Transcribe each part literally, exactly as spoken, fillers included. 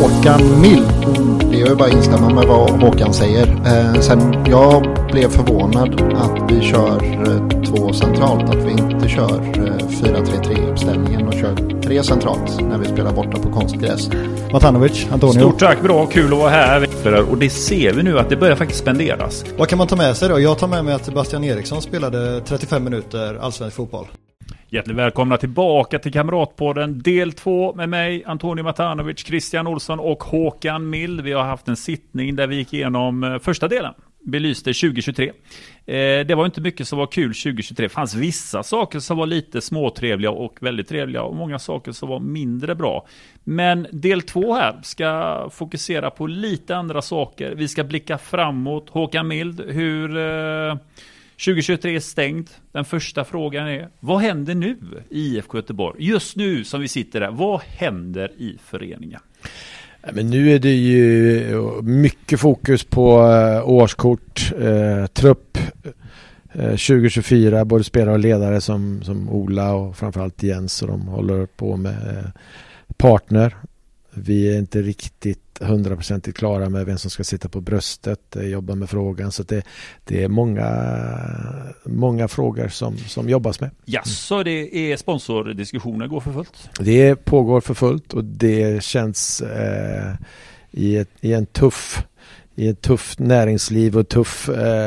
Håkan Mild. Det är ju bara att instämma med vad Håkan säger. Eh, sen jag blev förvånad att vi kör eh, två centralt. Att vi inte kör eh, fyra tre tre-uppställningen och kör tre centralt när vi spelar borta på konstgräs. Matanovic, Antonio. Stort tack, bra, kul att vara här. Och det ser vi nu att det börjar faktiskt spenderas. Vad kan man ta med sig då? Jag tar med mig att Sebastian Eriksson spelade trettiofem minuter allsvensk fotboll. Hjärtligt välkomna tillbaka till Kamratpodden del två med mig, Antonio Matanovic, Christian Olsson och Håkan Mild. Vi har haft en sittning där vi gick igenom första delen, belyste tjugo tjugotre. Eh, det var inte mycket som var kul tjugo tjugotre. Det fanns vissa saker som var lite småtrevliga och väldigt trevliga och många saker som var mindre bra. Men del två här ska fokusera på lite andra saker. Vi ska blicka framåt. Håkan Mild, hur... Eh, tjugo tjugotre är stängt. Den första frågan är, vad händer nu i I F K Göteborg? Just nu som vi sitter där, vad händer i föreningen? Men nu är det ju mycket fokus på årskort, eh, trupp, eh, tjugo tjugofyra, både spelare och ledare som, som Ola och framförallt Jens, och de håller på med eh, partner. Vi är inte riktigt hundraprocentigt klara med vem som ska sitta på bröstet, jobba med frågan, så att det, det är många, många frågor som, som jobbas med. Ja, så det är sponsordiskussioner går för fullt? Det pågår för fullt och det känns eh, i, ett, i en tuff i ett tufft näringsliv och tuff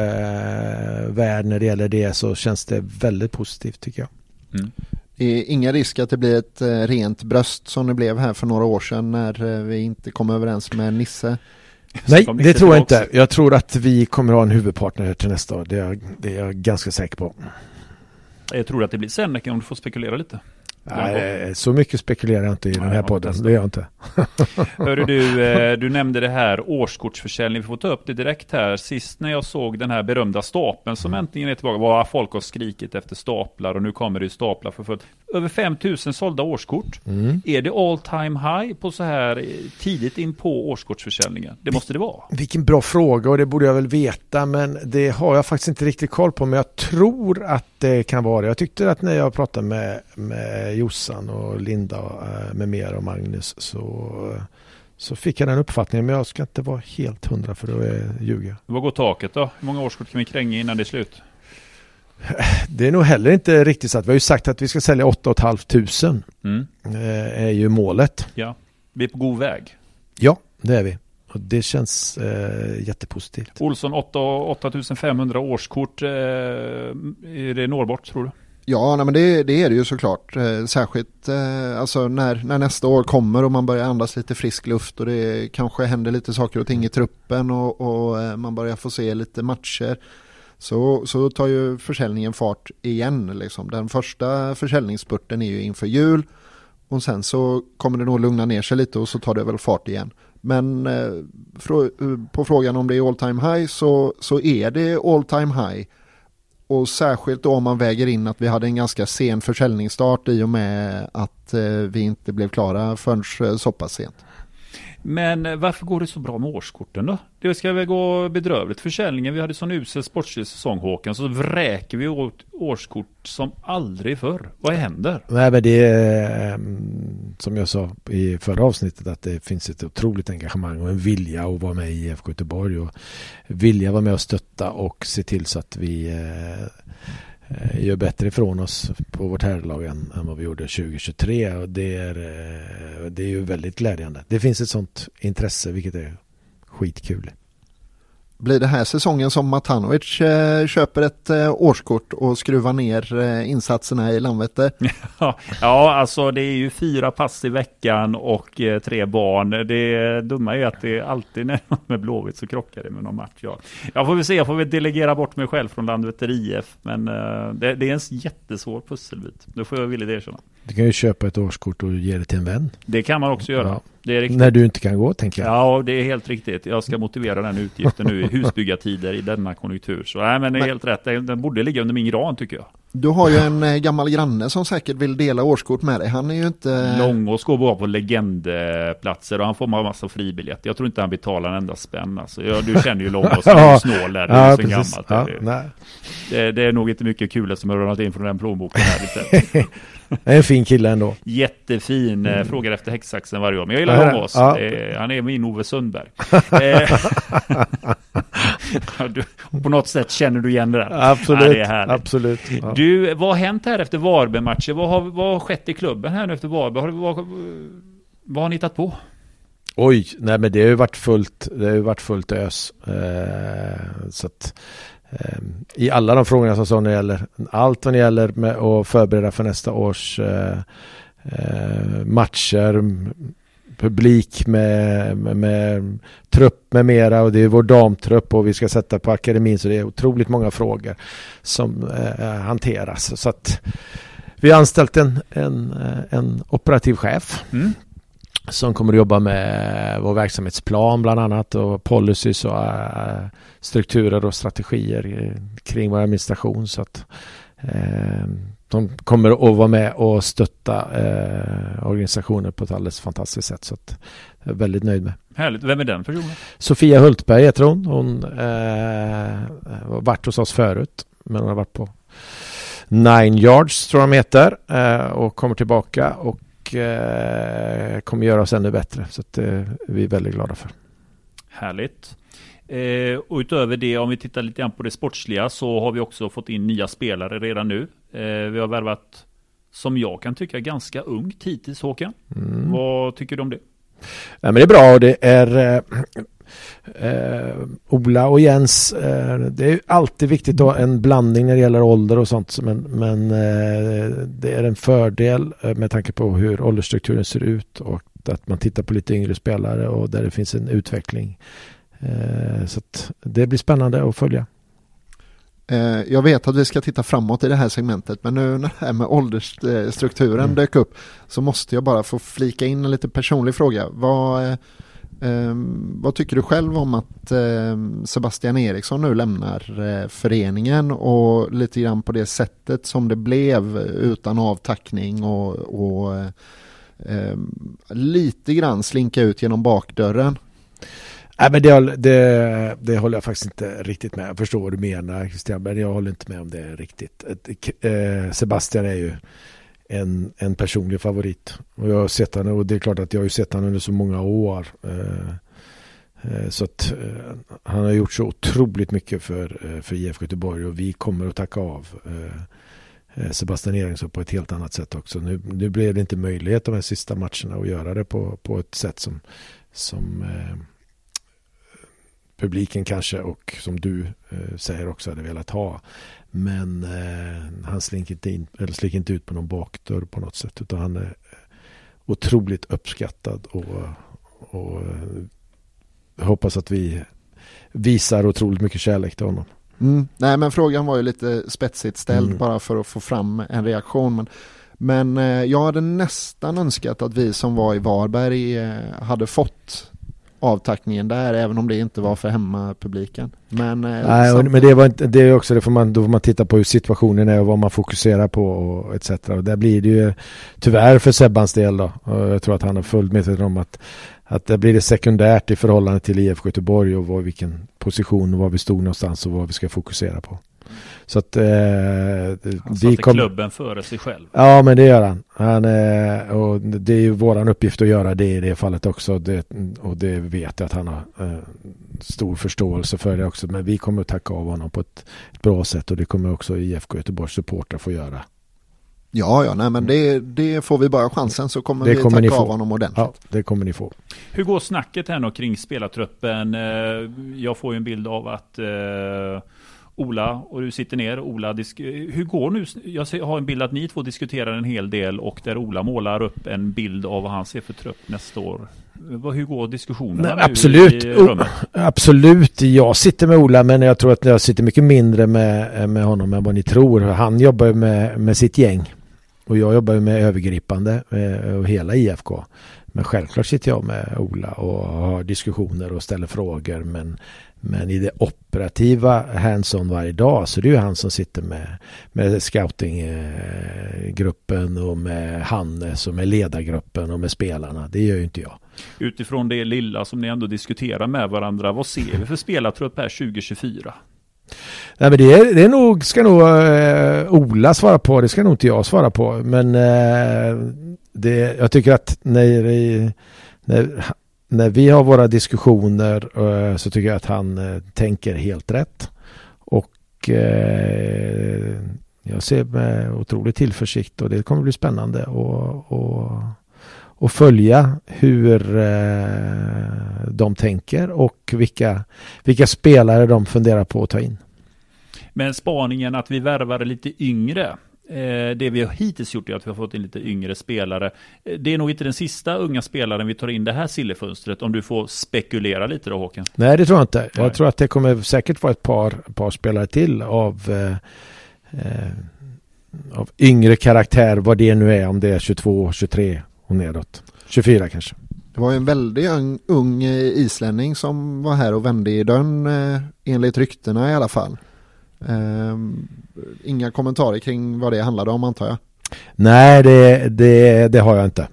eh, värld när det gäller det, så känns det väldigt positivt tycker jag. Mm. Det är ingen risk att det blir ett eh, rent bröst som det blev här för några år sedan när eh, vi inte kom överens med Nisse. Nej, det tror jag inte. Jag tror att vi kommer ha en huvudpartner till nästa år. Det är, det är jag ganska säker på. Jag tror att det blir sen, om du får spekulera lite. Nej, så mycket spekulerar jag inte i den här podden. Det gör jag inte. Hörru du, du nämnde det här årskortsförsäljning. Vi får ta upp det direkt här. Sist när jag såg den här berömda stapeln som äntligen är tillbaka, var folk har skrikit efter staplar och nu kommer det ju staplar för fullt. Över fem tusen sålda årskort. Mm. Är det all time high på så här tidigt in på årskortsförsäljningen? Det måste det vara. Vilken bra fråga, och det borde jag väl veta, men det har jag faktiskt inte riktigt koll på, men jag tror att det kan vara det. Jag tyckte att när jag pratade med, med Jossan och Linda med mer och Magnus så, så fick jag den uppfattningen, men jag ska inte vara helt hundra för att ljuga. Vad går taket då? Hur många årskort kan vi kränga innan det är slut? Det är nog heller inte riktigt så att vi har ju sagt att vi ska sälja åtta och ett halvt tusen. Mm. är ju målet. Ja, vi är på god väg. Ja, det är vi. Och det känns eh, jättepositivt. Olsson, åtta tusen femhundra årskort. Eh, är det Norrbort, tror du? Ja, nej, men det, det är det ju såklart. Eh, särskilt eh, alltså när, när nästa år kommer och man börjar andas lite frisk luft och det kanske händer lite saker och ting i truppen och, och eh, man börjar få se lite matcher. Så, så tar ju försäljningen fart igen. Liksom. Den första försäljningsspurten är ju inför jul och sen så kommer det nog lugna ner sig lite och så tar det väl fart igen. Men eh, frå- på frågan om det är all time high så, så är det all time high. Och särskilt då om man väger in att vi hade en ganska sen försäljningsstart i och med att eh, vi inte blev klara förrän så pass sent. Men varför går det så bra med årskorten då? Det ska väl gå bedrövligt försäljningen. Vi hade sån usel sportslig säsong, Håkan, så vräker vi åt årskort som aldrig förr. Vad händer? Nej, men det är som jag sa i förra avsnittet att det finns ett otroligt engagemang och en vilja att vara med i I F K Göteborg och vilja vara med och stötta och se till så att vi eh, gör bättre ifrån oss på vårt herrlag än, än vad vi gjorde tjugo tjugotre, och det är, det är ju väldigt glädjande. Det finns ett sånt intresse, vilket är skitkul. Blir det här säsongen som Matanovic eh, köper ett eh, årskort och skruvar ner eh, insatserna i Landvetter? Ja, alltså det är ju fyra pass i veckan och eh, tre barn. Det dumma är att det alltid när man med Blåvitt så krockar det med någon match. Ja. Jag får väl se, jag får väl delegera bort mig själv från Landvetter I F, men eh, det, det är en jättesvår pusselbit. Då får jag vilja det erkänna. Du kan ju köpa ett årskort och ge det till en vän. Det kan man också göra. Ja. Det är riktigt. När du inte kan gå, tänker jag. Ja, det är helt riktigt. Jag ska motivera den utgiften nu i husbyggartider i denna konjunktur. Så nej, men det är men, helt rätt. Den borde ligga under min gran, tycker jag. Du har ju en eh, gammal granne som säkert vill dela årskort med dig. Han är ju inte... Långås går bara på legendplatser och han får massa fribiljett. Jag tror inte han betalar en enda spänn. Alltså. Jag, du känner ju Långås, han är ju snål där. Det är ja, så precis. gammalt. Ja, det, nej. det, det är nog inte mycket kul som har runnat in från den plånboken här lite. Det är en fin kille ändå. Jättefin, mm. frågar efter häxsaxen varje år. Men jag gillar ja, Långås. ja. Eh, han är min Ove Sundberg. du, på något sätt känner du igen det där. Absolut, ja, det absolut. Ja. Du, vad har hänt här efter Varberg-matchen? Vad har, vad har skett i klubben här nu efter Varberg? Har, vad, vad har ni hittat på? Oj, nej men det har ju varit fullt, det har ju varit fullt ös. Eh, så att eh, i alla de frågorna som så när det gäller, allt vad det gäller med att förbereda för nästa års eh, eh, matcher, publik med, med, med trupp med mera, och det är vår damtrupp och vi ska sätta på akademin, så det är otroligt många frågor som eh, hanteras. Så att vi har anställt en, en, en operativ chef mm. som kommer att jobba med vår verksamhetsplan bland annat, och policies och äh, strukturer och strategier kring vår administration, så att äh, de kommer att vara med och stötta äh, organisationer på ett alldeles fantastiskt sätt, så att jag är väldigt nöjd med. Härligt. Vem är den personen? Sofia Hultberg heter hon. Hon äh, har varit hos oss förut, men hon har varit på Nine Yards tror jag de heter, äh, och kommer tillbaka och kommer göra oss ännu bättre, så att eh, vi är väldigt glada för. Härligt. Eh, och utöver det, om vi tittar lite grann på det sportsliga, så har vi också fått in nya spelare redan nu. Eh, vi har värvat, som jag kan tycka, ganska ungt hittills, Håkan. Mm. Vad tycker du om det? Ja, men det är bra, och det är eh, eh, Ola och Jens, eh, det är alltid viktigt att ha en blandning när det gäller ålder och sånt, men, men eh, det är en fördel eh, med tanke på hur åldersstrukturen ser ut, och att man tittar på lite yngre spelare och där det finns en utveckling. Eh, så att det blir spännande att följa. Jag vet att vi ska titta framåt i det här segmentet, men nu när det här med åldersstrukturen mm. dök upp, så måste jag bara få flika in en lite personlig fråga. Vad, eh, vad tycker du själv om att eh, Sebastian Eriksson nu lämnar eh, föreningen, och lite grann på det sättet som det blev utan avtackning och, och eh, lite grann slinka ut genom bakdörren? Nej, men det, det, det håller jag faktiskt inte riktigt med. Jag förstår vad du menar, Christian, men jag håller inte med om det riktigt. Eh, Sebastian är ju en, en personlig favorit. Och jag har sett han, och det är klart att jag har ju sett han under så många år. Eh, eh, så att eh, han har gjort så otroligt mycket för, för I F K Göteborg, och vi kommer att tacka av eh, Sebastian Eriksson på ett helt annat sätt också. Nu, nu blev det inte möjlighet de här sista matcherna att göra det på, på ett sätt som, som eh, publiken kanske, och som du eh, säger också hade velat ha. Men eh, han slinker inte, in, eller slinker inte ut på någon bakdörr på något sätt, utan han är otroligt uppskattad, och, och eh, hoppas att vi visar otroligt mycket kärlek till honom. Mm. Nej, men frågan var ju lite spetsigt ställd mm. bara för att få fram en reaktion, men men eh, jag hade nästan önskat att vi som var i Varberg eh, hade fått avtackningen där, även om det inte var för hemmapubliken. Men, eh, Nej, samt... men det var inte, det är också det, får man, då får man titta på hur situationen är och vad man fokuserar på och et cetera. Och där blir det ju tyvärr för Sebbans del då. Och jag tror att han har fullt medveten om att, att det blir det sekundärt i förhållande till I F K Göteborg, och vad, vilken position och var vi stod någonstans och vad vi ska fokusera på. Så att eh, han satte kom... klubben före sig själv. Ja, men det gör han. han eh, och det är ju våran uppgift att göra det i det fallet också. Det, och det vet jag att han har eh, stor förståelse för det också. Men vi kommer att tacka av honom på ett, ett bra sätt, och det kommer också I F K Göteborgs supportrar få göra. Ja, ja, nej, men det, det får vi bara chansen, så kommer det vi kommer tacka av honom ordentligt. Ja, det kommer ni få. Hur går snacket här då kring spelartruppen? Jag får ju en bild av att eh, Ola, och du sitter ner, Ola, disk- hur går nu? Jag har en bild att ni två diskuterar en hel del, och där Ola målar upp en bild av vad han ser för trupp nästa år. Hur går diskussionerna? Nej, absolut, oh, absolut. Jag sitter med Ola, men jag tror att jag sitter mycket mindre med, med honom än vad ni tror. Han jobbar med, med sitt gäng, och jag jobbar med övergripande och hela I F K. Men självklart sitter jag med Ola och har diskussioner och ställer frågor. Men, men i det operativa hands-on varje dag så det är ju han som sitter med, med scoutinggruppen och med Hannes och med ledargruppen och med spelarna. Det gör ju inte jag. Utifrån det lilla som ni ändå diskuterar med varandra, vad ser vi för spelartrupp här tjugo tjugofyra? Nej, men det är, det är nog, ska nog eh, Ola svara på, det ska nog inte jag svara på. Men eh, det, jag tycker att när, när, när vi har våra diskussioner eh, så tycker jag att han eh, tänker helt rätt. Och eh, jag ser med otrolig tillförsikt och det kommer bli spännande och, och, och följa hur eh, de tänker och vilka, vilka spelare de funderar på att ta in. Men spaningen att vi värvar lite yngre, eh, det vi har hittills gjort är att vi har fått in lite yngre spelare. Det är nog inte den sista unga spelaren vi tar in det här sillefönstret, om du får spekulera lite då, Håkan. Nej, det tror jag inte. Jag Nej. tror att det kommer säkert vara ett par, par spelare till av, eh, eh, av yngre karaktär, vad det nu är, om det är tjugotvå, tjugotre och nedåt. tjugofyra kanske. Det var ju en väldigt ung, ung islänning som var här och vände i dörren eh, enligt ryktena i alla fall. Eh, inga kommentarer kring vad det handlade om, antar jag. Nej, det, det, det har jag inte.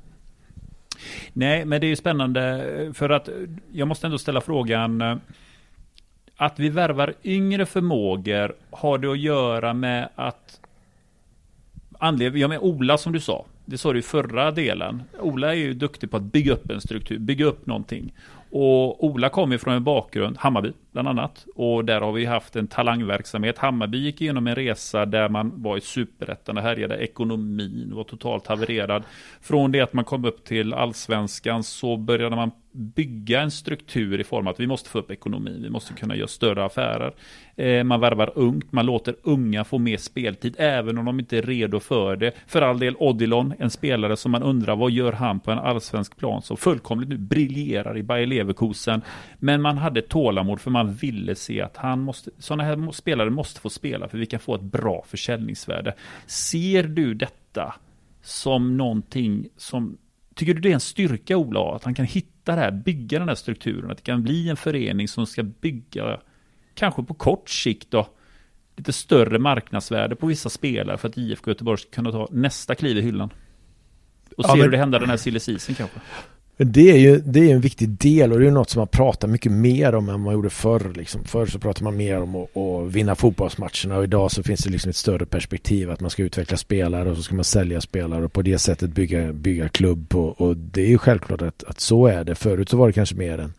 Nej, men det är ju spännande för att jag måste ändå ställa frågan, att vi värvar yngre förmågor, har det att göra med att anledningen, jag med Ola som du sa, det sa du i förra delen. Ola är ju duktig på att bygga upp en struktur, bygga upp någonting. Och Ola kommer från en bakgrund, Hammarby bland annat. Och där har vi haft en talangverksamhet. Hammarby gick igenom en resa där man var i superettan och härjade. Ekonomin var totalt havererad. Från det att man kom upp till allsvenskan så började man bygga en struktur i form av att vi måste få upp ekonomin. Vi måste kunna göra större affärer. Eh, man värvar ungt. Man låter unga få mer speltid även om de inte är redo för det. För all del Odilon, en spelare som man undrar vad gör han på en allsvensk plan, så fullkomligt nu briljerar i Bayer Leverkusen. Men man hade tålamod för man ville se att han måste, sådana här spelare måste få spela för vi kan få ett bra försäljningsvärde. Ser du detta som någonting som, tycker du det är en styrka, Ola, att han kan hitta det här, bygga den här strukturen, att det kan bli en förening som ska bygga kanske på kort sikt då lite större marknadsvärde på vissa spelare för att I F K Göteborg ska kunna ta nästa kliv i hyllan? Och ja, ser men... du det hända den här silly season kanske? Det är ju det är en viktig del och det är något som man pratar mycket mer om än man gjorde förr. Liksom. Förr så pratade man mer om att, att vinna fotbollsmatcherna och idag så finns det liksom ett större perspektiv att man ska utveckla spelare och så ska man sälja spelare och på det sättet bygga, bygga klubb och, och det är ju självklart att, att så är det. Förut så var det kanske mer än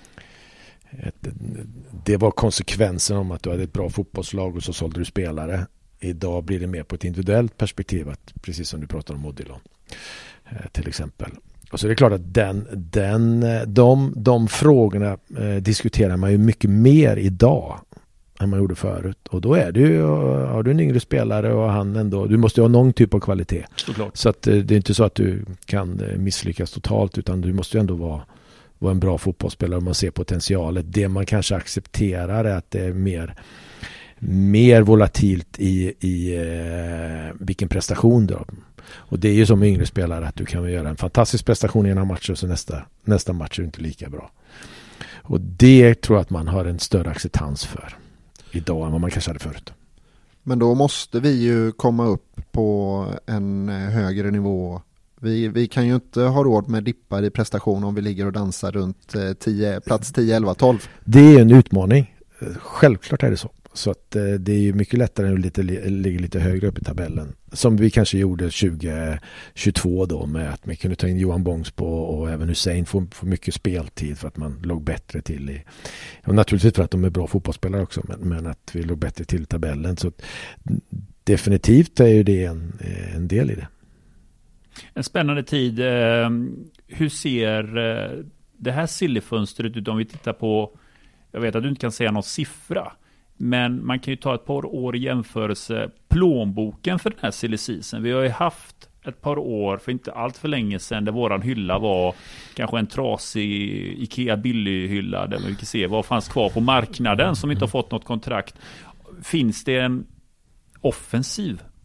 ett, det var konsekvensen om att du hade ett bra fotbollslag och så sålde du spelare. Idag blir det mer på ett individuellt perspektiv, att, precis som du pratar om Odilon eh, till exempel. Och så är det klart att den, den, de, de frågorna eh, diskuterar man ju mycket mer idag än man gjorde förut. Och då är det ju, har du en yngre spelare och han ändå, du måste ju ha någon typ av kvalitet. Såklart. Så att eh, det är inte så att du kan eh, misslyckas totalt, utan du måste ju ändå vara, vara en bra fotbollsspelare om man ser potentialet. Det man kanske accepterar är att det är mer, mer volatilt i, i eh, vilken prestation du har. Och det är ju som yngre spelare att du kan göra en fantastisk prestation i ena match och så nästa, nästa match är inte lika bra. Och det tror jag att man har en större acceptans för idag än vad man kanske hade förut. Men då måste vi ju komma upp på en högre nivå. Vi, vi kan ju inte ha råd med dippar i prestation om vi ligger och dansar runt tio, plats tio, elva, tolv. Det är en utmaning. Självklart är det så. Så att eh, det är ju mycket lättare att lite, ligga lite högre upp i tabellen. Som vi kanske gjorde tjugo tjugotvå då, med att man kunde ta in Johan Bångsbo och även Hussein få, få mycket speltid för att man låg bättre till i, och naturligtvis för att de är bra fotbollsspelare också, men, men att vi låg bättre till i tabellen. Så definitivt är ju det en, en del i det. En spännande tid. Hur ser det här sillefönstret ut om vi tittar på, jag vet att du inte kan säga någon siffra, men man kan ju ta ett par år i jämförelse. Plånboken för den här silly season. Vi har ju haft ett par år för inte allt för länge sedan där våran hylla var kanske en trasig Ikea Billy-hylla där man kan se vad fanns kvar på marknaden som inte har fått något kontrakt. Finns det en offensiv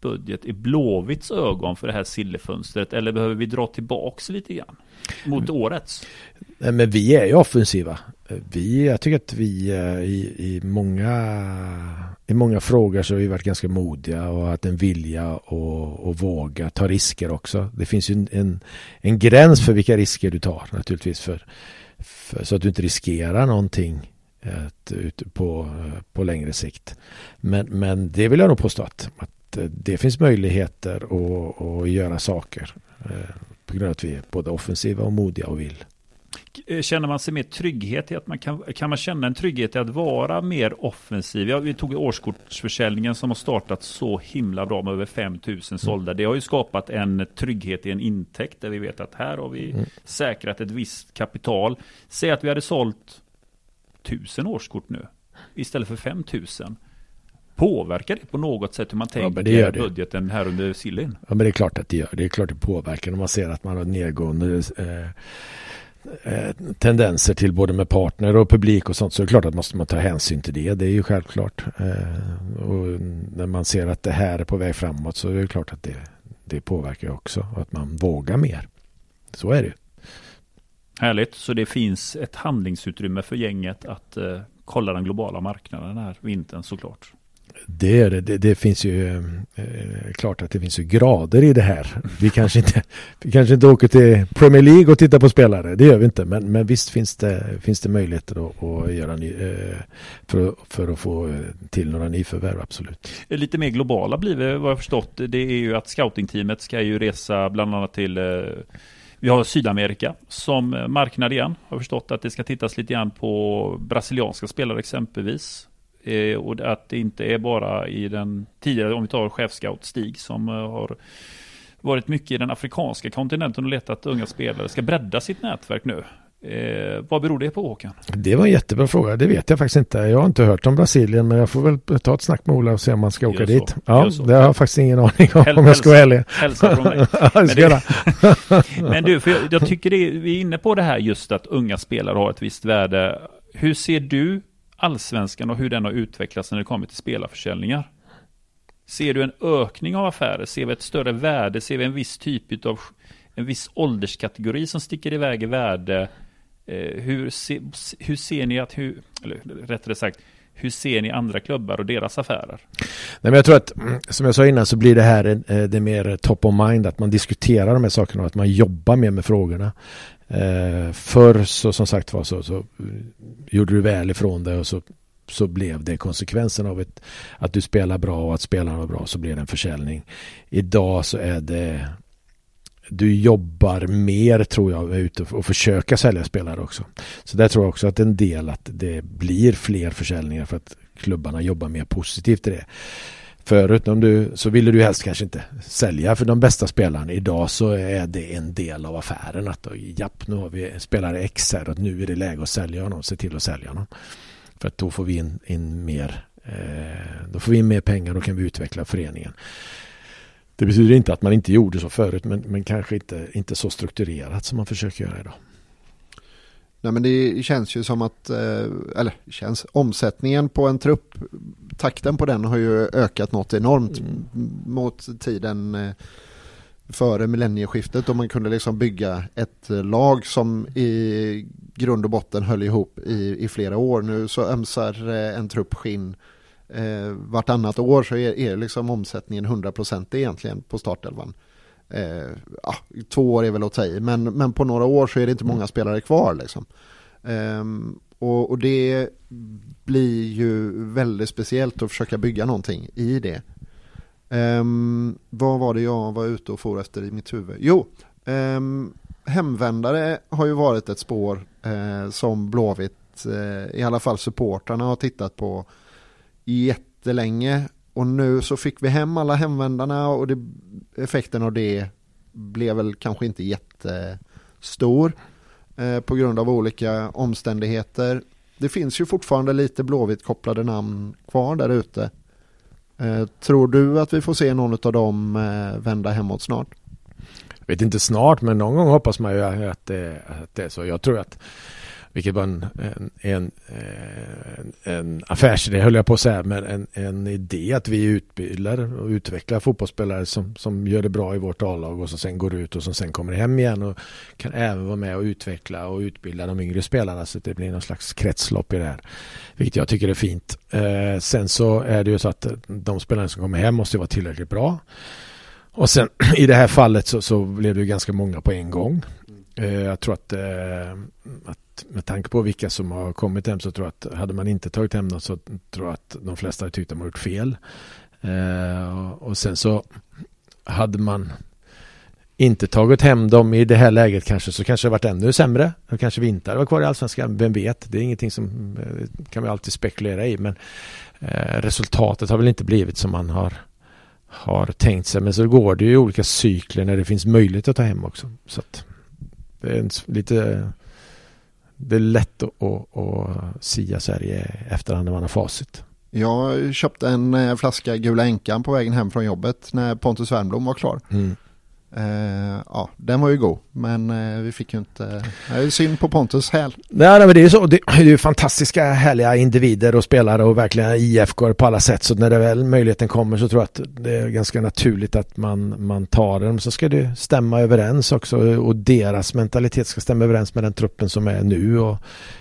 budget i Blåvitts ögon för det här sillefönstret, eller behöver vi dra tillbaks lite grann mot årets? Nej, men vi är ju offensiva. Vi, jag tycker att vi i, i, många, i många frågor så har vi varit ganska modiga och haft en vilja och, och våga ta risker också. Det finns ju en, en, en gräns för vilka risker du tar naturligtvis, för, för, så att du inte riskerar någonting ett, ut, på, på längre sikt. Men, men det vill jag nog påstå att, att det finns möjligheter att, att göra saker på grund av att vi är både offensiva och modiga och vill. Känner man sig mer trygghet i att man kan, kan man känna en trygghet i att vara mer offensiv? Ja, vi tog årskortsförsäljningen som har startat så himla bra med över fem tusen sålda. Det har ju skapat en trygghet i en intäkt där vi vet att här har vi mm. säkrat ett visst kapital. Säg att vi hade sålt tusen årskort nu istället för fem tusen. Påverkar det på något sätt hur man tänker ja, det gör det. Budgeten här under sillen? Ja, men det är klart att det gör. Det är klart det påverkar när man ser att man har nedgående eh, eh, tendenser till både med partner och publik och sånt, så är det klart att måste man ta hänsyn till det. Det är ju självklart. Eh, och när man ser att det här är på väg framåt så är det klart att det, det påverkar också. Och att man vågar mer. Så är det. Härligt. Så det finns ett handlingsutrymme för gänget att eh, kolla den globala marknaden den här vintern såklart. Det är det. Det, det finns ju eh, klart att det finns ju grader i det här. Vi kanske inte vi kanske inte åker till Premier League och tittar på spelare. Det gör vi inte. Men, men visst finns det, finns det möjligheter att, att göra ny, eh, för, för att få till några nyförvärv, absolut. Lite mer globala blir det, vad jag förstått. Det är ju att scoutingteamet ska ju resa bland annat till eh, vi har Sydamerika som marknad igen. Jag har förstått att det ska tittas lite grann på brasilianska spelare exempelvis. Eh, och att det inte är bara i den tidigare, om vi tar chefscout Stig som eh, har varit mycket i den afrikanska kontinenten och letat unga spelare, ska bredda sitt nätverk nu. Eh, vad beror det på, Håkan? Det var en jättebra fråga, det vet jag faktiskt inte. Jag har inte hört om Brasilien, men jag får väl ta ett snack med Ola och se om man ska åka dit. Ja, det har jag faktiskt ingen aning om, Häl- om jag ska vara ärlig. Hälsa från mig. men, det, men du, för jag, jag tycker det, vi är inne på det här just att unga spelare har ett visst värde. Hur ser du allsvenskan och hur den har utvecklats när det kommer till spelarförsäljningar? Ser du en ökning av affärer? Ser vi ett större värde? Ser vi en viss typ av en viss ålderskategori som sticker iväg i värde? Eh, hur, se, hur ser ni att hur, eller rättare sagt, hur ser ni andra klubbar och deras affärer? Nej, men jag tror att, som jag sa innan, så blir det här eh, det mer top of mind, att man diskuterar de här sakerna och att man jobbar mer med frågorna. Eh, förr så som sagt var så, så gjorde du väl ifrån det och så, så blev det konsekvensen av ett, att du spelar bra och att spelarna var bra, så blev det en försäljning. Idag så är det du jobbar mer, tror jag, ute och försöka sälja spelare också. Så där tror jag också att en del att det blir fler försäljningar för att klubbarna jobbar mer positivt i det. Förut om du, så ville du helst kanske inte sälja för de bästa spelarna. Idag så är det en del av affären att japp, nu har vi spelare X här och nu är det läge att sälja honom, se till att sälja honom. För att då får vi in, in mer eh, då får vi in mer pengar, då kan vi utveckla föreningen. Det betyder inte att man inte gjorde så förut, men, men kanske inte, inte så strukturerat som man försöker göra idag. Nej, men det känns ju som att, eller känns, omsättningen på en trupp, takten på den har ju ökat något enormt mm. mot tiden före millennieskiftet, då man kunde liksom bygga ett lag som i grund och botten höll ihop i, i flera år. Nu så ömsar en trupp skinn eh, vartannat år, så är, är liksom omsättningen hundra procent egentligen på startelvan. Eh, ja, två år är väl att ta i, men, men på några år så är det inte många mm. spelare kvar liksom. Eh, och, och det blir ju väldigt speciellt att försöka bygga någonting i det. Eh, vad var det jag var ute och for efter i mitt huvud? Jo, eh, hemvändare har ju varit ett spår eh, som Blåvitt, eh, i alla fall supportarna, har tittat på jättelänge. Och nu så fick vi hem alla hemvändarna och det, effekten av det blev väl kanske inte jättestor eh, på grund av olika omständigheter. Det finns ju fortfarande lite Blåvitt kopplade namn kvar där ute. Eh, tror du att vi får se någon av dem eh, vända hemåt snart? Jag vet inte snart, men någon gång hoppas man ju att det, att det är så. Jag tror att vilket var en, en, en, en, en affärsidé, höll jag på att säga, men en, en idé att vi utbildar och utvecklar fotbollsspelare som, som gör det bra i vårt A-lag och som sen går ut och som sen kommer hem igen och kan även vara med och utveckla och utbilda de yngre spelarna, så att det blir någon slags kretslopp i det här, vilket jag tycker är fint. Eh, sen så är det ju så att de spelarna som kommer hem måste vara tillräckligt bra. Och sen i det här fallet så, så blev det ju ganska många på en gång. Eh, jag tror att, eh, att med tanke på vilka som har kommit hem, så tror jag att hade man inte tagit hem dem, så tror jag att de flesta tyckte att de har gjort fel. Eh, och sen så hade man inte tagit hem dem i det här läget kanske, så kanske det varit ännu sämre. Och kanske vi inte var kvar i Allsvenskan, vem vet. Det är ingenting som kan vi alltid spekulera i, men eh, resultatet har väl inte blivit som man har har tänkt sig, men så går det ju i olika cykler när det finns möjlighet att ta hem också. Så att det är en, lite det är lätt att, att, att sia Sverige efterhand när man har facit. Jag köpte en flaska Gula Änkan på vägen hem från jobbet när Pontus Wernbloom var klar. Mm. Uh, ja, den var ju god, men uh, vi fick ju inte, det är synd på Pontus här. Nej, nej, men det är ju så, det är ju fantastiska härliga individer och spelare och verkligen I F K på alla sätt, så när det väl möjligheten kommer så tror jag att det är ganska naturligt att man, man tar den, så ska det stämma överens också, och deras mentalitet ska stämma överens med den truppen som är nu, och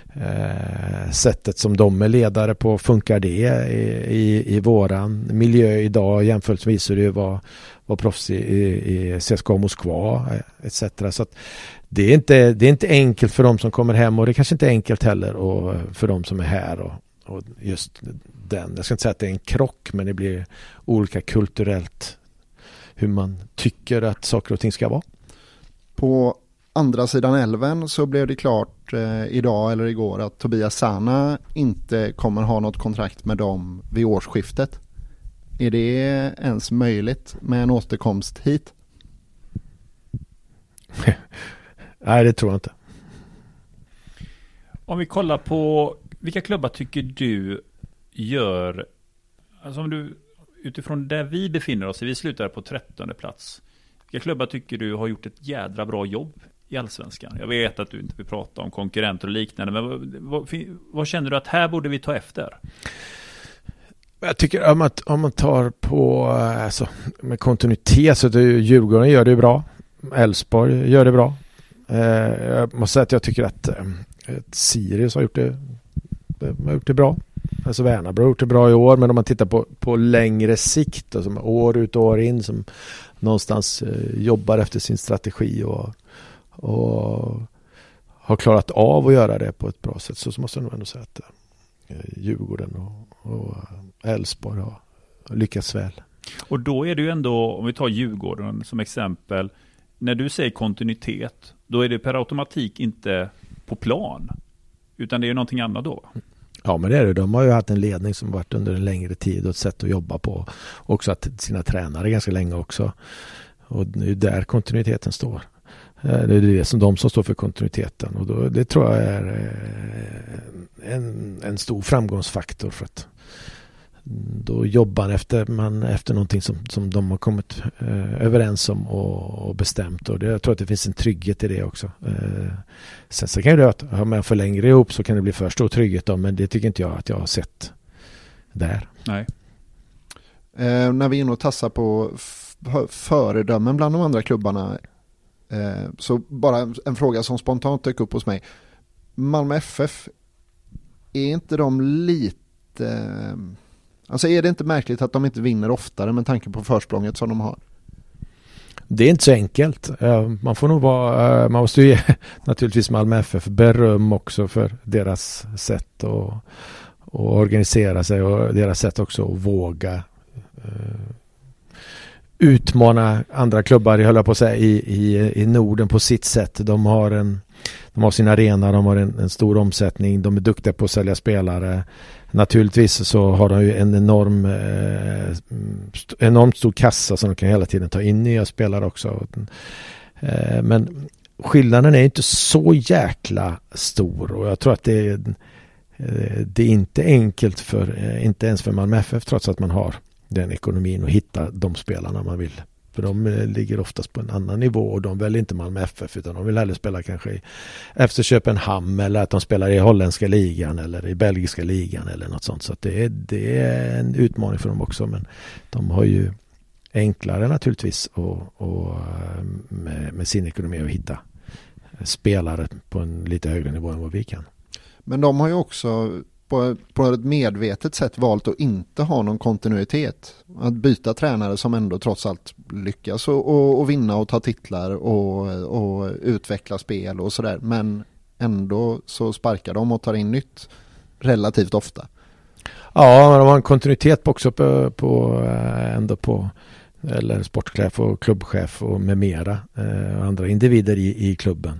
eh, sättet som de är ledare på, funkar det i, i, i våran miljö idag jämfört med så det var var proffs i, i, i C S K A Moskva et cetera. Så att det är inte det är inte enkelt för dem som kommer hem, och det är kanske inte enkelt heller och för dem som är här, och, och just den, jag ska inte säga att det är en krock, men det blir olika kulturellt hur man tycker att saker och ting ska vara. På andra sidan älven så blev det klart eh, idag eller igår att Tobias Sana inte kommer ha något kontrakt med dem vid årsskiftet. Är det ens möjligt med en återkomst hit? Nej, det tror jag inte. Om vi kollar på vilka klubbar tycker du gör, alltså om du utifrån där vi befinner oss, vi slutar på trettonde plats. Vilka klubbar tycker du har gjort ett jädra bra jobb i Allsvenskan? Jag vet att du inte vill prata om konkurrenter och liknande, men vad, vad, vad känner du att här borde vi ta efter? Jag tycker om, att, om man tar på alltså, med kontinuitet, så det, Djurgården gör det bra. Elfsborg gör det bra. Eh, jag måste säga att jag tycker att eh, Sirius har gjort det, har gjort det bra. Alltså Värnabro har gjort det bra i år, men om man tittar på, på längre sikt, alltså år ut och år in, som någonstans eh, jobbar efter sin strategi och, och har klarat av att göra det på ett bra sätt, så, så måste jag nog ändå säga att eh, Djurgården och, och Elfsborg har lyckats väl. Och då är det ju ändå, om vi tar Djurgården som exempel, när du säger kontinuitet, då är det per automatik inte på plan, utan det är ju någonting annat då. Ja, men det är det. De har ju haft en ledning som varit under en längre tid och ett sätt att jobba på. Också att sina tränare ganska länge också. Och det är där kontinuiteten står. Det är det som de som står för kontinuiteten. Och då, det tror jag är en, en stor framgångsfaktor, för att då jobbar efter, man efter någonting som, som de har kommit eh, överens om och, och bestämt. Och det, jag tror att det finns en trygghet i det också. Eh, sen så kan det att har man för längre ihop så kan det bli för stor trygghet då, men det tycker inte jag att jag har sett där. Nej. Eh, när vi är inne och tassar på f- föredömen bland de andra klubbarna, eh, så bara en, en fråga som spontant dök upp hos mig. Malmö F F, är inte de lite... Eh, Alltså är det inte märkligt att de inte vinner oftare med tanke på försprånget som de har? Det är inte så enkelt. Man får nog vara, man måste ju ge naturligtvis Malmö F F beröm också för deras sätt att, att organisera sig och deras sätt också att våga utmana andra klubbar, jag håller på att säga, i, i, i Norden på sitt sätt. De har en De har sin arena, de har en, en stor omsättning, de är duktiga på att sälja spelare. Naturligtvis så har de ju en enorm eh, st- enormt stor kassa som de kan hela tiden ta in nya spelare också. Eh, men skillnaden är inte så jäkla stor, och jag tror att det är, eh, det är inte enkelt för, eh, inte ens för Malmö F F, trots att man har den ekonomin och hitta de spelarna man vill För de ligger oftast på en annan nivå och de väljer inte Malmö F F utan de vill hellre spela kanske i F C Köpenhamn eller att de spelar i holländska ligan eller i belgiska ligan eller något sånt. Så att det, är, det är en utmaning för dem också, men de har ju enklare naturligtvis och, och med, med sin ekonomi att hitta spelare på en lite högre nivå än vad vi kan. Men de har ju också på, på ett medvetet sätt valt att inte ha någon kontinuitet. Att byta tränare som ändå trots allt lyckas och, och, och vinna och ta titlar och, och utveckla spel och sådär. Men ändå så sparkar de och tar in nytt relativt ofta. Ja, de har en kontinuitet också på, på ändå på eller sportchef och klubbchef och med mera eh, andra individer i, i klubben.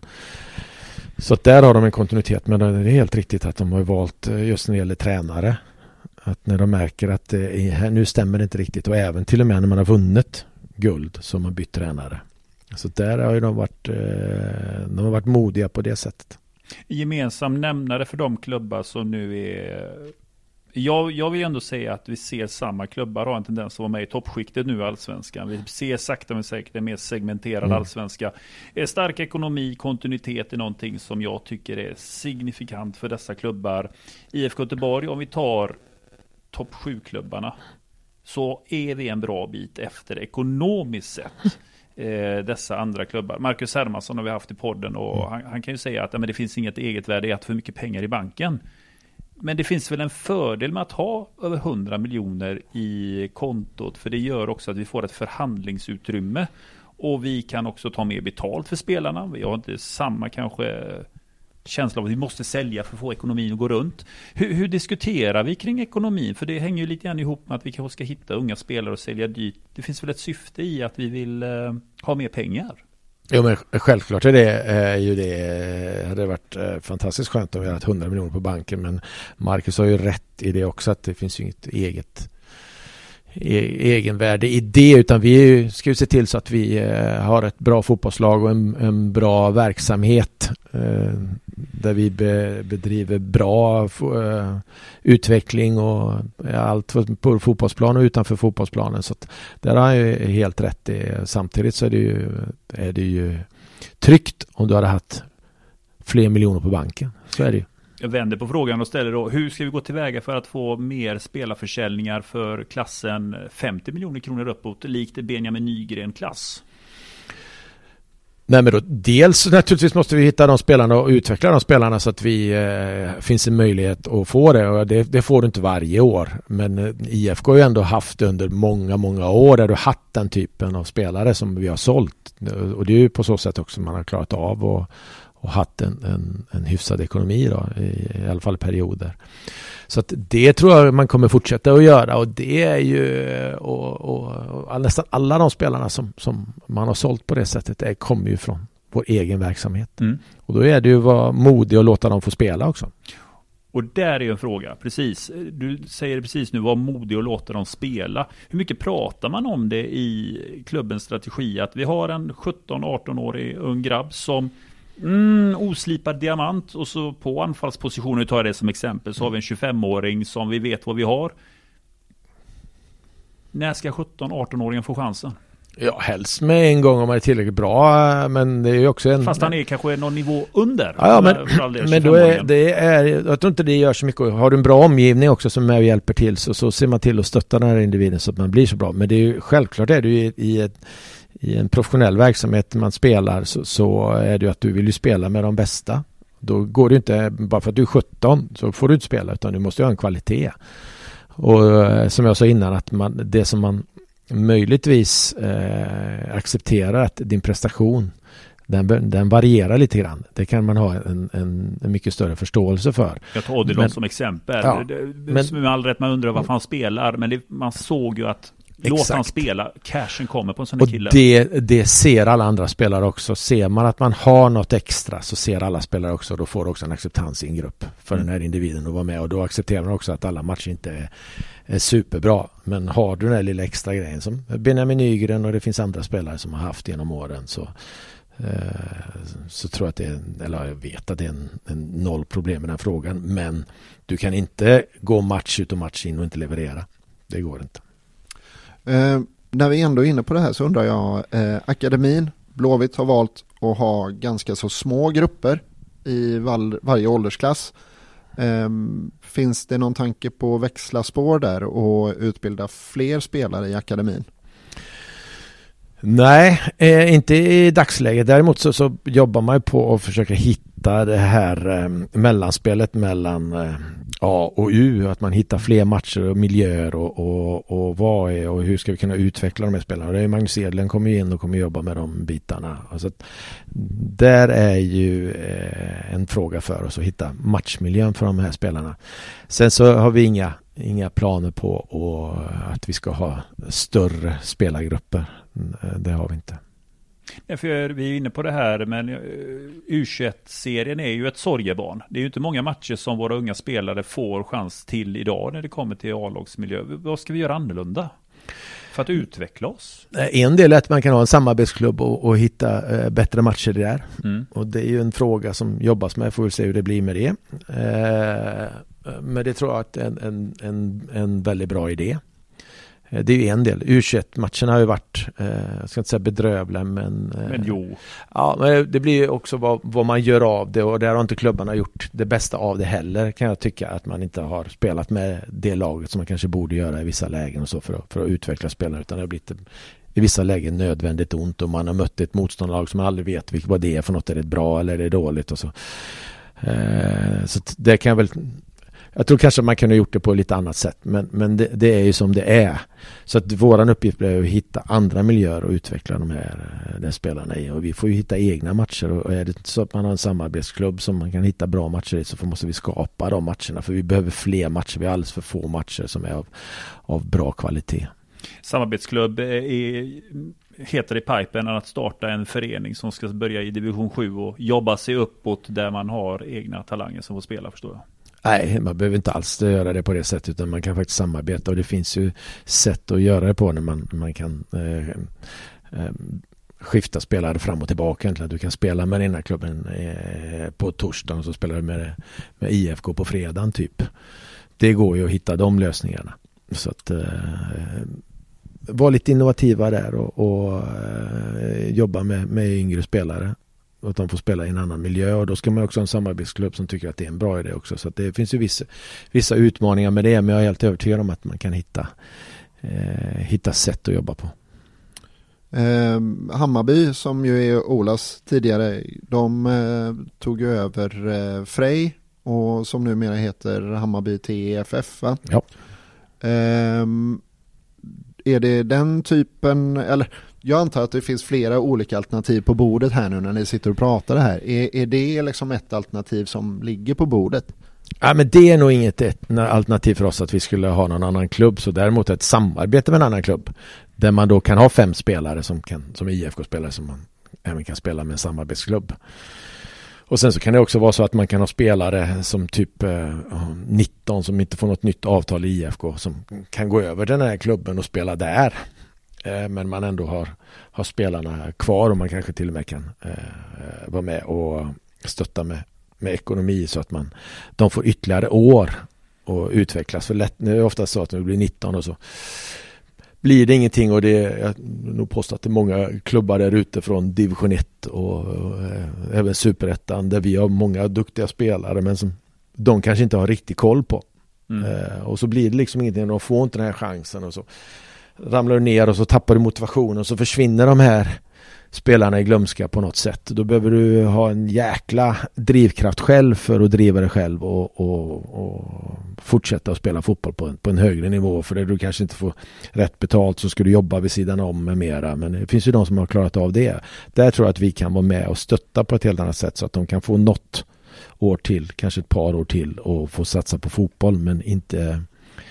Så att där har de en kontinuitet, men det är helt riktigt att de har valt just när det gäller tränare att när de märker att det är, nu stämmer det inte riktigt och även till och med när man har vunnit guld så har man bytt tränare. Så där har ju de varit eh, de har varit modiga på det sättet. Gemensam nämnare för de klubbar som nu är Jag, jag vill ändå säga att vi ser samma klubbar ha en tendens att vara med i toppskiktet nu i allsvenskan. Vi ser sakta men säkert en mer segmenterad mm. allsvenska. Stark ekonomi, kontinuitet är någonting som jag tycker är signifikant för dessa klubbar. I F K Göteborg, om vi tar topp sju-klubbarna, så är vi en bra bit efter ekonomiskt sett. Eh, dessa andra klubbar. Marcus Hermansson har vi haft i podden och mm. han, han kan ju säga att ja, men det finns inget eget värde i att för mycket pengar i banken. Men det finns väl en fördel med att ha över hundra miljoner i kontot, för det gör också att vi får ett förhandlingsutrymme och vi kan också ta mer betalt för spelarna. Vi har inte samma kanske känsla av att vi måste sälja för att få ekonomin att gå runt. Hur, hur diskuterar vi kring ekonomin? För det hänger ju lite grann ihop med att vi kanske ska hitta unga spelare och sälja dyrt. Det finns väl ett syfte i att vi vill eh, ha mer pengar? Jo, men självklart är det är ju det. Det hade varit fantastiskt skönt om vi hade haft hundra miljoner på banken, men Marcus har ju rätt i det också att det finns ju inget eget e- egenvärde i det, utan vi ska ju se till så att vi har ett bra fotbollslag och en, en bra verksamhet eh, där vi be, bedriver bra uh, utveckling och allt på fotbollsplan och utanför fotbollsplanen. Så att där har jag helt rätt. Det. Samtidigt så är det, ju, är det ju tryggt om du hade haft fler miljoner på banken. Så är det ju. Jag vänder på frågan och ställer då, hur ska vi gå tillväga för att få mer spelarförsäljningar för klassen femtio miljoner kronor uppåt, likt Benjamin Nygren-klass? Nej, men då, dels naturligtvis måste vi hitta de spelarna och utveckla de spelarna så att vi eh, finns en möjlighet att få det, och det, det får du inte varje år, men eh, I F K har ju ändå haft det under många många år där du haft den typen av spelare som vi har sålt, och det är ju på så sätt också man har klarat av och, och haft en, en, en hyfsad ekonomi då, i, i alla fall perioder. Så att det tror jag man kommer fortsätta att göra, och det är ju och, och, och nästan alla de spelarna som, som man har sålt på det sättet det kommer ju från vår egen verksamhet. Mm. Och då är det ju att vara modig och låta dem få spela också. Och där är ju en fråga, precis. Du säger precis nu, var modig och låta dem spela. Hur mycket pratar man om det i klubbens strategi? Att vi har en sjutton-arton-årig ung grabb som Mm, oslipad diamant, och så på anfallspositionen, tar jag det som exempel, så har vi en tjugofemåring som vi vet vad vi har. När ska sjutton-arton-åringen få chansen? Ja, helst med en gång om man är tillräckligt bra, men det är ju också en... Fast han är kanske någon nivå under. Ja, men, men då är det är, jag tror inte det gör så mycket. Har du en bra omgivning också som är och hjälper till, så, så ser man till att stötta den här individen så att man blir så bra. Men det är ju, självklart är det ju i ett i en professionell verksamhet man spelar, så, så är det ju att du vill ju spela med de bästa. Då går det inte, bara för att du är sjutton så får du inte spela, utan du måste ha en kvalitet. Och som jag sa innan, att man, det som man möjligtvis eh, accepterar att din prestation den, den varierar lite grann. Det kan man ha en, en, en mycket större förståelse för. Jag tar Odilon som exempel. Ja, det, men, med all rätt man undrar varför han spelar, men det, man såg ju att låt exakt. Han spela, cashen kommer på en sån här kille. Och det, det ser alla andra spelare också. Ser man att man har något extra, så ser alla spelare också, och då får också en acceptans i en grupp för mm. den här individen att vara med, och då accepterar man också att alla matcher inte är, är superbra. Men har du den här lilla extra grejen som Benjamin Nygren och det finns andra spelare som har haft genom åren, så så tror jag att det är, eller jag vet att det är en, en noll problem med den frågan, men du kan inte gå match ut och match in och inte leverera. Det går inte. Eh, När vi ändå är inne på det här så undrar jag, eh, akademin, Blåvitt har valt att ha ganska så små grupper i var, varje åldersklass. Eh, finns det någon tanke på att växla spår där och utbilda fler spelare i akademin? Nej, eh, inte i dagsläget. Däremot så, så jobbar man på att försöka hitta det här eh, mellanspelet mellan eh, A och U. Att man hittar fler matcher och miljöer och, och, och vad är och hur ska vi kunna utveckla de här spelarna. Det är Magnus Edlen kommer in och kommer jobba med de bitarna. Alltså att, där är ju eh, en fråga för oss att hitta matchmiljön för de här spelarna. Sen så har vi inga, inga planer på och, att vi ska ha större spelargrupper. Det har vi inte. Ja, för vi är inne på det här, men U tjugoett-serien är ju ett sorgebarn. Det är ju inte många matcher som våra unga spelare får chans till idag när det kommer till A-lagsmiljö. Vad ska vi göra annorlunda för att utveckla oss? En del är att man kan ha en samarbetsklubb och, och hitta eh, bättre matcher där. Mm. Och det är ju en fråga som jobbas med. Får vi se hur det blir med det. Eh, men det tror jag att en, en, en, en väldigt bra idé. Det är ju en del. U tjugoett-matcherna har ju varit, eh, jag ska inte säga bedrövliga, men... Eh, men jo. Ja, men det blir också vad, vad man gör av det, och där har inte klubbarna gjort det bästa av det heller, kan jag tycka, att man inte har spelat med det laget som man kanske borde göra i vissa lägen och så för att, för att utveckla spelare, utan det har blivit i vissa lägen nödvändigt ont och man har mött ett motståndarlag som man aldrig vet vilket, vad det är för något, är det bra eller är det dåligt och så. Eh, så det kan jag väl... Jag tror kanske man kunde ha gjort det på ett lite annat sätt, men, men det, det är ju som det är. Så att våran uppgift blir att hitta andra miljöer och utveckla de här de spelarna i. Och vi får ju hitta egna matcher, och är det inte så att man har en samarbetsklubb som man kan hitta bra matcher i, så måste vi skapa de matcherna. För vi behöver fler matcher, vi har alldeles för få matcher som är av, av bra kvalitet. Samarbetsklubb är, heter i pipen att starta en förening som ska börja i division sju och jobba sig uppåt där man har egna talanger som får spela, förstår jag. Nej, man behöver inte alls göra det på det sättet, utan man kan faktiskt samarbeta, och det finns ju sätt att göra det på när man, man kan eh, eh, skifta spelare fram och tillbaka. Egentligen. Du kan spela med den här klubben eh, på torsdagen och så spelar du med, med I F K på fredagen typ. Det går ju att hitta de lösningarna. Så att eh, vara lite innovativa där och, och eh, jobba med, med yngre spelare. Att de får spela i en annan miljö, och då ska man också ha en samarbetsklubb som tycker att det är en bra idé också. Så att det finns ju vissa, vissa utmaningar med det, men jag är helt övertygad om att man kan hitta, eh, hitta sätt att jobba på. Eh, Hammarby, som ju är Olas tidigare, de eh, tog ju över eh, Frej, och som numera heter Hammarby T F F, va? Ja. Eh, är det den typen, eller... Jag antar att det finns flera olika alternativ på bordet här nu när ni sitter och pratar det här. Är, är det liksom ett alternativ som ligger på bordet? Ja, men det är nog inget ett alternativ för oss att vi skulle ha någon annan klubb. Så däremot ett samarbete med en annan klubb där man då kan ha fem spelare som, kan, som I F K-spelare som man även kan spela med en samarbetsklubb. Och sen så kan det också vara så att man kan ha spelare som typ eh, nitton som inte får något nytt avtal i I F K som kan gå över den här klubben och spela där. Men man ändå har, har spelarna kvar, och man kanske till och med kan eh, vara med och stötta med, med ekonomi så att man, de får ytterligare år och utvecklas. För lätt, det är ofta så att när det blir nitton och så blir det ingenting, och det är, jag har nog påstått att det är många klubbar där ute från division ett och, och eh, även superettan där vi har många duktiga spelare men som de kanske inte har riktigt koll på. Mm. Eh, och så blir det liksom ingenting, de får inte den här chansen, och så ramlar du ner och så tappar du motivationen och så försvinner de här spelarna i glömska på något sätt. Då behöver du ha en jäkla drivkraft själv för att driva dig själv och, och, och fortsätta att spela fotboll på en, på en högre nivå. För det du kanske inte får rätt betalt så ska du jobba vid sidan om med mera. Men det finns ju de som har klarat av det. Där tror jag att vi kan vara med och stötta på ett helt annat sätt så att de kan få något år till, kanske ett par år till, och få satsa på fotboll, men inte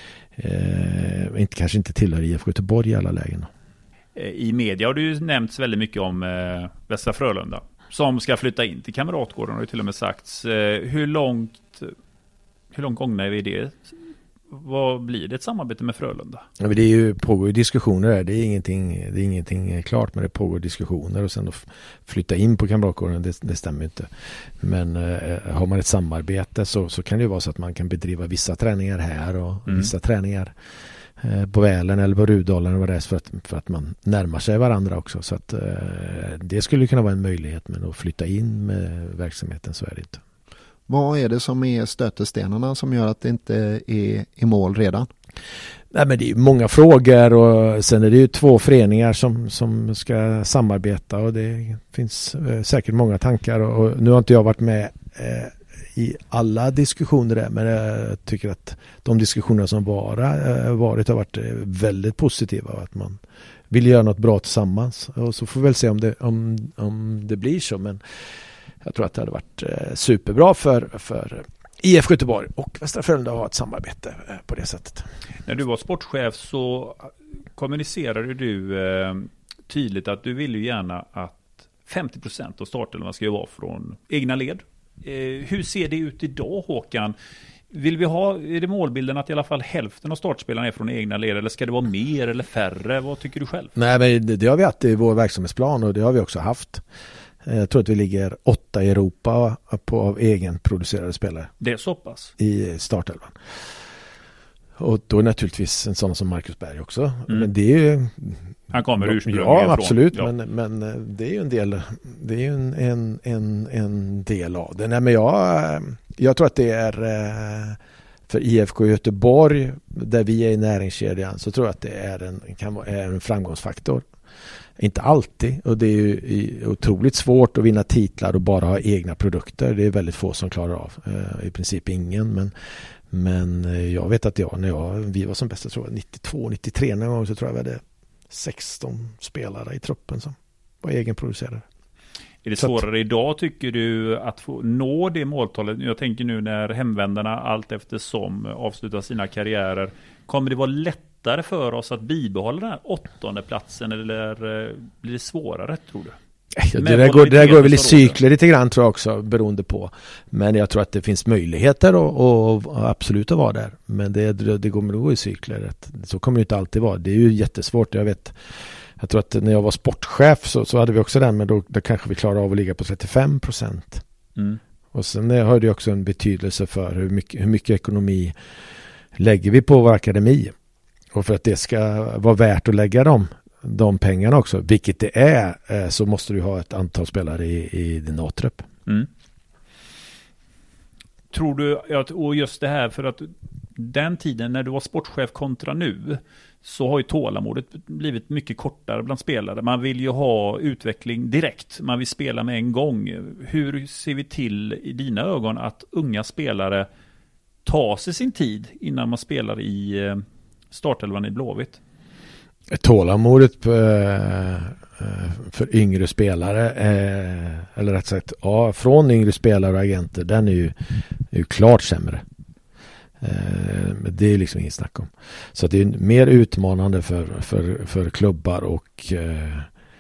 Eh, inte, kanske inte tillhör I F K Göteborg i alla lägen. I media har det ju nämnts väldigt mycket om eh, Västra Frölunda som ska flytta in till Kamratgården, och det till och med sagts. Eh, hur långt hur långt gångna är vi det? Vad blir det ett samarbete med Frölunda? Ja, men det är ju, pågår ju diskussioner där. Det är ingenting, det är ingenting klart, men det pågår diskussioner, och sen att flytta in på Kamratgården, det, det stämmer inte. Men eh, har man ett samarbete så, så kan det ju vara så att man kan bedriva vissa träningar här och mm. vissa träningar på Välen eller på Rudalen och vad det är för att, för att man närmar sig varandra också. Så att det skulle kunna vara en möjlighet, men att flytta in med verksamheten så är det inte. Vad är det som är stötestenarna som gör att det inte är i mål redan? Nej, men det är många frågor och sen är det ju två föreningar som, som ska samarbeta och det finns eh, säkert många tankar och, och nu har inte jag varit med eh, i alla diskussioner där, men jag tycker att de diskussioner som bara, eh, varit har varit väldigt positiva och att man vill göra något bra tillsammans och så får vi väl se om det, om, om det blir så, men jag tror att det hade varit eh, superbra för, för I F K Göteborg och Västra Frölunda har ett samarbete på det sättet. När du var sportchef så kommunicerade du eh, tydligt att du ville ju gärna att femtio procent av startelvan ska ju vara från egna led. Eh, hur ser det ut idag, Håkan? Vill vi ha, är det målbilden att i alla fall hälften av startspelarna är från egna led eller ska det vara mer eller färre? Vad tycker du själv? Nej, men det, det har vi haft i vår verksamhetsplan och det har vi också haft. Jag tror att vi ligger åtta i Europa på av egenproducerade spelare. Det är så pass? I startelvan. Och då är naturligtvis en sån som Marcus Berg också. Mm. Men det är ju... Han kommer ursprungligen ja, från. absolut. Ja. Men, men det är ju en del, det är ju en, en, en, en del av det. Nej, men jag, jag tror att det är för I F K Göteborg, där vi är i näringskedjan, så tror jag att det är en, kan vara en framgångsfaktor. Inte alltid, och det är ju otroligt svårt att vinna titlar och bara ha egna produkter. Det är väldigt få som klarar av, i princip ingen. Men, men jag vet att jag, när jag, vi var som bäst, tror jag, nittiotvå nittiotre någon gång, så tror jag vi hade sexton spelare i truppen som var egenproducerade. Är det svårare idag, tycker du, att få nå det måltalet? Jag tänker nu när hemvändarna allt eftersom avslutar sina karriärer. Kommer det vara lättare för oss att bibehålla den här åttonde platsen eller blir det svårare, tror du? Ja, det där går, det där går väl i cykler lite grann, tror jag också, beroende på. Men jag tror att det finns möjligheter och, och absolut att vara där. Men det, det går med att gå i cykler. Så kommer det inte alltid vara. Det är ju jättesvårt, jag vet. Jag tror att när jag var sportchef så, så hade vi också den, men då, då kanske vi klarar av att ligga på trettiofem procent. Mm. Och sen har det också en betydelse för hur mycket, hur mycket ekonomi lägger vi på vår akademi. Och för att det ska vara värt att lägga dem, de pengarna också, vilket det är, så måste du ha ett antal spelare i, i din A-trupp. Mm. Tror du, och just det här, för att den tiden när du var sportchef kontra nu, så har ju tålamodet blivit mycket kortare bland spelare. Man vill ju ha utveckling direkt. Man vill spela med en gång. Hur ser vi till i dina ögon att unga spelare tar sig sin tid innan man spelar i startelvan i Blåvitt? Tålamodet för yngre spelare, eller rätt sagt, ja, från yngre spelare och agenter, den är ju, är ju klart sämre. Men det är liksom inget snack om. Så det är mer utmanande för, för, för klubbar och eh,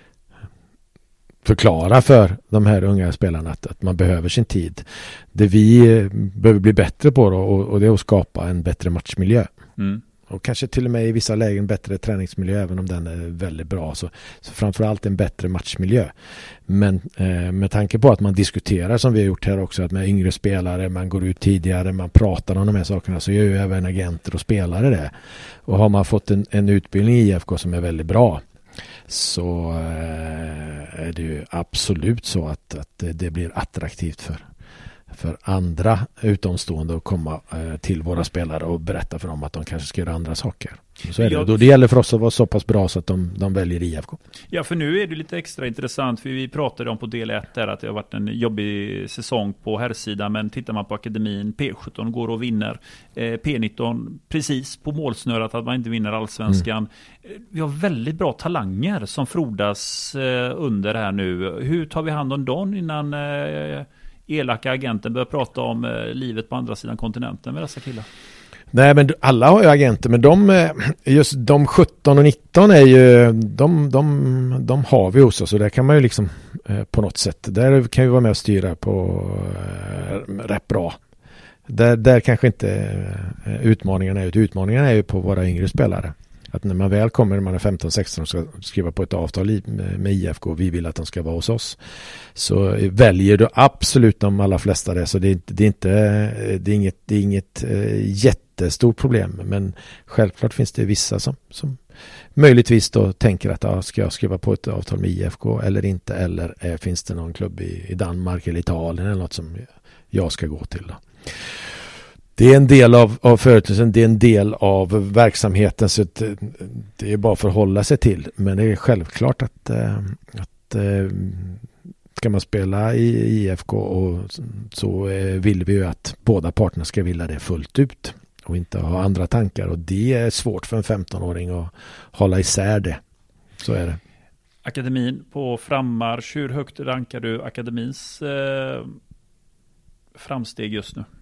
förklara för de här unga spelarna att, att man behöver sin tid. Det vi behöver bli bättre på då, och, och det är att skapa en bättre matchmiljö. Mm. Och kanske till och med i vissa lägen bättre träningsmiljö, även om den är väldigt bra. Så, så framförallt en bättre matchmiljö. Men eh, med tanke på att man diskuterar, som vi har gjort här också, att med yngre spelare, man går ut tidigare, man pratar om de här sakerna, så gör ju även agenter och spelare det. Och har man fått en, en utbildning i I F K som är väldigt bra, så eh, är det ju absolut så att, att det, det blir attraktivt för för andra utomstående att komma eh, till våra spelare och berätta för dem att de kanske ska göra andra saker. Så är det. Då det gäller för oss att vara så pass bra så att de, de väljer I F K. Ja, för nu är det lite extra intressant, för vi pratade om på del ett där att det har varit en jobbig säsong på herrsidan, men tittar man på akademin, P sjutton går och vinner, eh, P nitton precis på målsnöret att man inte vinner allsvenskan. Mm. Vi har väldigt bra talanger som frodas eh, under här nu. Hur tar vi hand om dem innan eh, elaka agenten börjar prata om eh, livet på andra sidan kontinenten med dessa killar? Nej, men alla har ju agenter, men de, just de sjutton och nitton är ju, de, de, de har vi hos oss, så där kan man ju liksom eh, på något sätt, där kan vi vara med och styra på eh, rätt bra. Där, där kanske inte eh, utmaningarna är ut. Utmaningarna är ju på våra yngre spelare. att när man väl kommer när man är femton sexton och ska skriva på ett avtal i, med, med I F K och vi vill att de ska vara hos oss, så väljer du absolut de allra flesta det. Så det är, det är inte det är inget, det är inget eh, jättestort problem, men självklart finns det vissa som, som möjligtvis då tänker att ja, ska jag skriva på ett avtal med I F K eller inte, eller eh, finns det någon klubb i, i Danmark eller Italien eller något som jag ska gå till då. Det är en del av, av företaget, det är en del av verksamheten, så det, det är bara att förhålla sig till. Men det är självklart att, att ska man spela i I F K och så vill vi ju att båda parterna ska vilja det fullt ut och inte ha andra tankar, och det är svårt för en femton-åring att hålla isär det. Så är det. Akademin på frammarsch, hur högt rankar du akademins eh, framsteg just nu?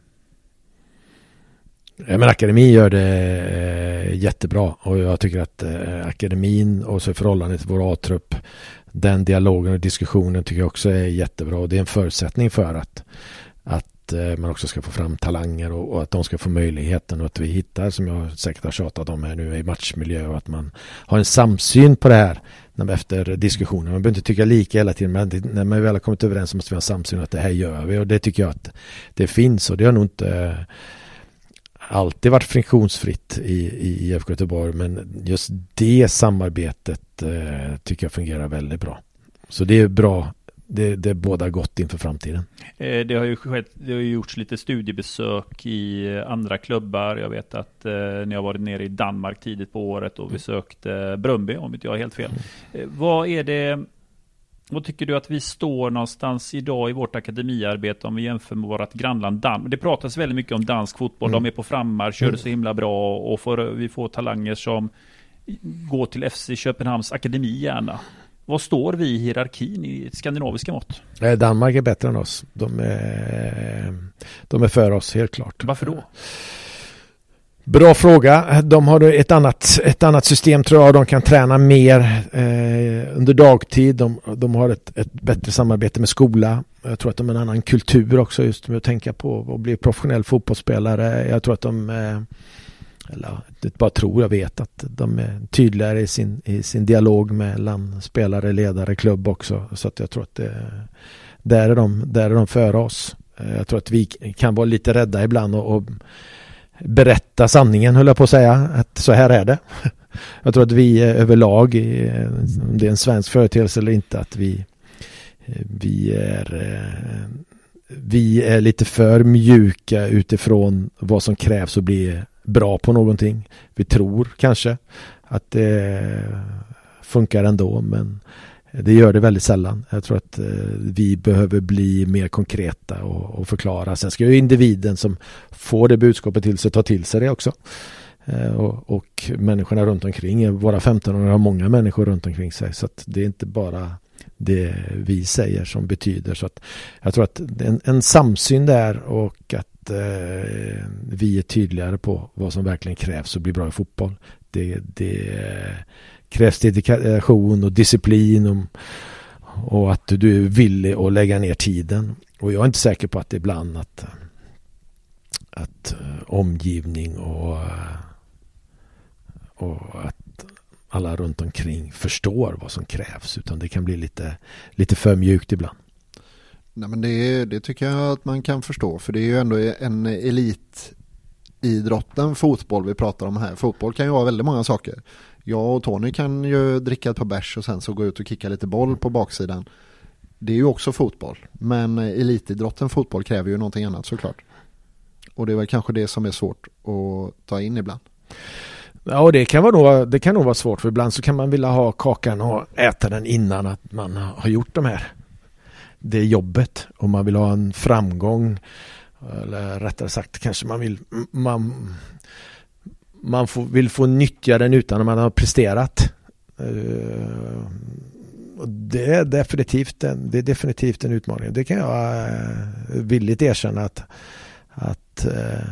Ja, men akademin gör det eh, jättebra, och jag tycker att eh, akademin och så i förhållande till vår A-trupp, den dialogen och diskussionen tycker jag också är jättebra, och det är en förutsättning för att, att eh, man också ska få fram talanger och, och att de ska få möjligheten, och att vi hittar, som jag säkert har tjatat om här nu, i matchmiljö, och att man har en samsyn på det här när, efter diskussionen. Man behöver inte tycka lika hela tiden, men när man väl har kommit överens så måste vi ha en samsyn att det här gör vi, och det tycker jag att det finns, och det har nog inte eh, alltid varit friktionsfritt i, i I F K Göteborg, men just det samarbetet eh, tycker jag fungerar väldigt bra. Så det är bra, det, det är båda gott inför framtiden. Eh, det har ju skett, det har ju gjorts lite studiebesök i andra klubbar. Jag vet att eh, ni har varit nere i Danmark tidigt på året och besökt eh, Brøndby, om inte jag är helt fel. Eh, vad är det... Vad tycker du att vi står någonstans idag i vårt akademiarbete om vi jämför med vårt grannland Danmark? Det pratas väldigt mycket om dansk fotboll. Mm. De är på frammarsch, kör det så himla bra, och får, vi får talanger som går till F C Köpenhamns akademi gärna. Vad står vi i hierarkin i skandinaviska mått? Danmark är bättre än oss. De är, de är för oss, helt klart. Varför då? Bra fråga. De har ett annat, ett annat system, tror jag. De kan träna mer eh, under dagtid. De, de har ett, ett bättre samarbete med skola. Jag tror att de har en annan kultur också, just med att tänka på att bli professionell fotbollsspelare. Jag tror att de, eh, eller det bara tror jag vet, att de är tydligare i sin, i sin dialog mellan spelare, ledare, klubb också. Så att jag tror att det, där, är de, där är de för oss. Jag tror att vi kan vara lite rädda ibland och, och berätta sanningen, höll jag på att säga, att så här är det. Jag tror att vi överlag, om det är en svensk företeelse eller inte, att vi vi är vi är lite för mjuka utifrån vad som krävs att bli bra på någonting. Vi tror kanske att det funkar ändå, men det gör det väldigt sällan. Jag tror att eh, vi behöver bli mer konkreta och, och förklara. Sen ska ju individen som får det budskapet till sig ta till sig det också. Eh, och, och människorna runt omkring, våra femton-åringar har många människor runt omkring sig. Så att det är inte bara det vi säger som betyder. Så att jag tror att det är en, en samsyn där, och att eh, vi är tydligare på vad som verkligen krävs att bli bra i fotboll. Det, det krävs dedikation och disciplin, och, och att du är villig att lägga ner tiden. Och jag är inte säker på att ibland att, att omgivning och, och att alla runt omkring förstår vad som krävs, utan det kan bli lite, lite för mjukt ibland. Nej, men det, det tycker jag att man kan förstå, för det är ju ändå en elitidrotten fotboll vi pratar om här. Fotboll kan ju vara väldigt många saker. Jag och Tony kan ju dricka ett par bärs och sen så gå ut och kicka lite boll på baksidan. Det är ju också fotboll. Men elitidrotten fotboll kräver ju någonting annat, såklart. Och det är väl kanske det som är svårt att ta in ibland. Ja, och det kan, vara nog, det kan nog vara svårt, för ibland så kan man vilja ha kakan och äta den innan att man har gjort de här. Det är jobbet, och man vill ha en framgång, eller rättare sagt kanske man vill man, man får, vill få nyttja den utan att man har presterat. Uh, och det är definitivt en, det är definitivt en utmaning. Det kan jag uh, villigt erkänna, att, att uh,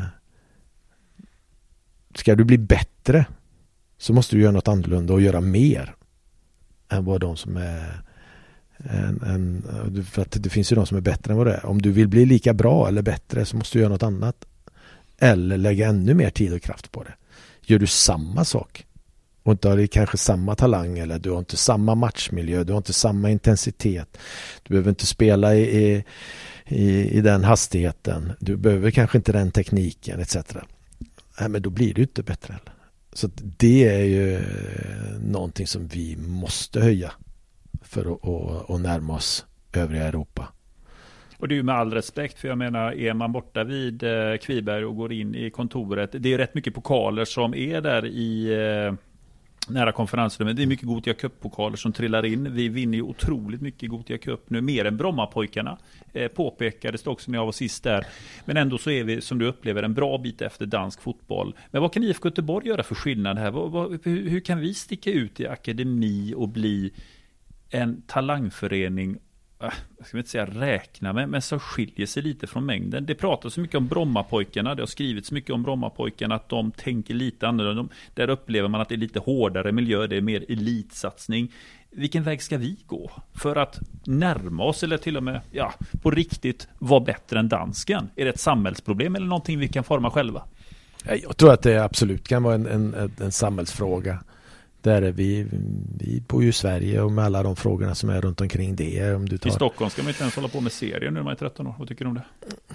ska du bli bättre så måste du göra något annorlunda och göra mer än vad de som är en, en, för att det finns ju de som är bättre än vad det är. Om du vill bli lika bra eller bättre så måste du göra något annat eller lägga ännu mer tid och kraft på det. Gör du samma sak och inte har kanske samma talang, eller du har inte samma matchmiljö, du har inte samma intensitet, du behöver inte spela i, i, i, i den hastigheten, du behöver kanske inte den tekniken et cetera. Nej, men då blir det inte bättre heller. Så det är ju någonting som vi måste höja för att, att, att närma oss övriga Europa. Och det är ju med all respekt, för jag menar, är man borta vid eh, Kviberg och går in i kontoret, det är rätt mycket pokaler som är där i eh, nära konferensrummet. Det är mycket Gothia Cup-pokaler som trillar in. Vi vinner ju otroligt mycket Gothia Cup nu, mer än Brommapojkarna, eh, påpekades det också när jag var sist där. Men ändå så är vi, som du upplever, en bra bit efter dansk fotboll. Men vad kan I F K Göteborg göra för skillnad här? Vad, vad, hur, hur kan vi sticka ut i akademi och bli en talangförening, jag ska inte säga räkna med, men som skiljer sig lite från mängden? Det pratas så mycket om Brommapojkarna, det har skrivits mycket om Brommapojkarna, att de tänker lite annorlunda. Där upplever man att det är lite hårdare miljö, det är mer elitsatsning. Vilken väg ska vi gå för att närma oss, eller till och med ja, på riktigt vara bättre än dansken? Är det ett samhällsproblem eller någonting vi kan forma själva? Jag tror att det absolut kan vara en, en, en samhällsfråga. Där är vi, vi bor ju i Sverige, och med alla de frågorna som är runt omkring det. Om du tar... I Stockholm ska man inte ens hålla på med serier nu när man är tretton år. Vad tycker du om det?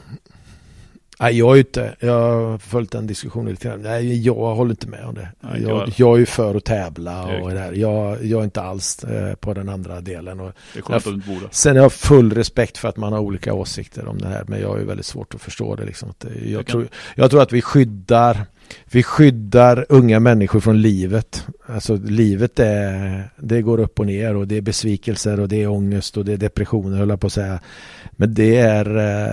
Nej, jag är inte. Jag har följt den diskussionen lite grann. Nej, jag håller inte med om det. Nej, jag, jag, jag är ju för att tävla och det det här. Jag, jag är inte alls eh, på den andra delen. Och det är skönt att du bor. Sen har jag full respekt för att man har olika åsikter om det här, men jag är väldigt svårt att förstå det. Liksom. Jag, jag, tror, jag tror att vi skyddar Vi skyddar unga människor från livet. Alltså livet är, det går upp och ner, och det är besvikelser och det är ångest och det är depressioner, höll jag på att säga. Men det är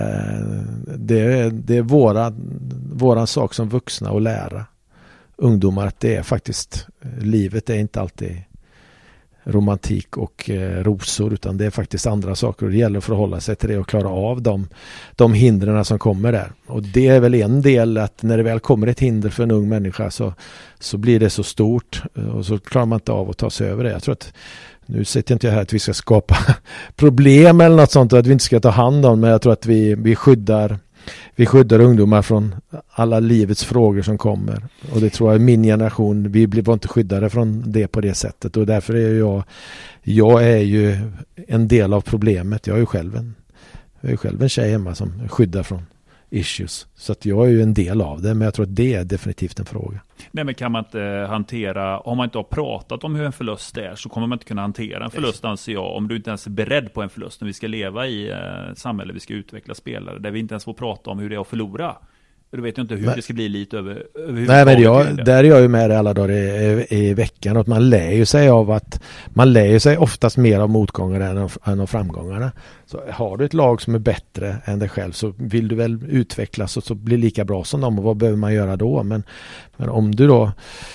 det är, det är våra, våran sak som vuxna att lära ungdomar att det är faktiskt, livet är inte alltid romantik och eh, rosor, utan det är faktiskt andra saker, och det gäller att förhålla sig till det och klara av de, de hindren som kommer där. Och det är väl en del, att när det väl kommer ett hinder för en ung människa så, så blir det så stort, och så klarar man inte av att ta sig över det. Jag tror att, nu säger inte jag här att vi ska skapa problem eller något sånt, och att vi inte ska ta hand om, men jag tror att vi, vi skyddar Vi skyddar ungdomar från alla livets frågor som kommer. Och det tror jag min generation, vi blir inte skyddade från det på det sättet. Och därför är jag, jag är ju en del av problemet. Jag är ju själv en, jag är själv en tjej hemma som skyddar från issues. Så att jag är ju en del av det, men jag tror att det är definitivt en fråga. Nej, men kan man inte hantera, om man inte har pratat om hur en förlust är, så kommer man inte kunna hantera en förlust, anser jag, om du inte ens är beredd på en förlust. När vi ska leva i eh, samhälle, vi ska utveckla spelare där vi inte ens får prata om hur det är att förlora. Du vet ju inte hur men, det ska bli lite över, över Nej, men jag, där är jag ju med alla dagar i, i, i veckan, och att man lär ju sig av att man lär ju sig oftast mer av motgångar än av, än av framgångarna. Så har du ett lag som är bättre än dig själv, så vill du väl utvecklas och så bli lika bra som dem, och vad behöver man göra då? Men, men om du då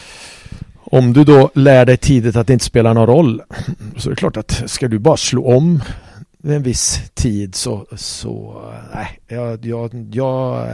om du då lär dig tidigt att det inte spelar någon roll, så är det klart att ska du bara slå om en viss tid, så, så nej, jag, jag, jag,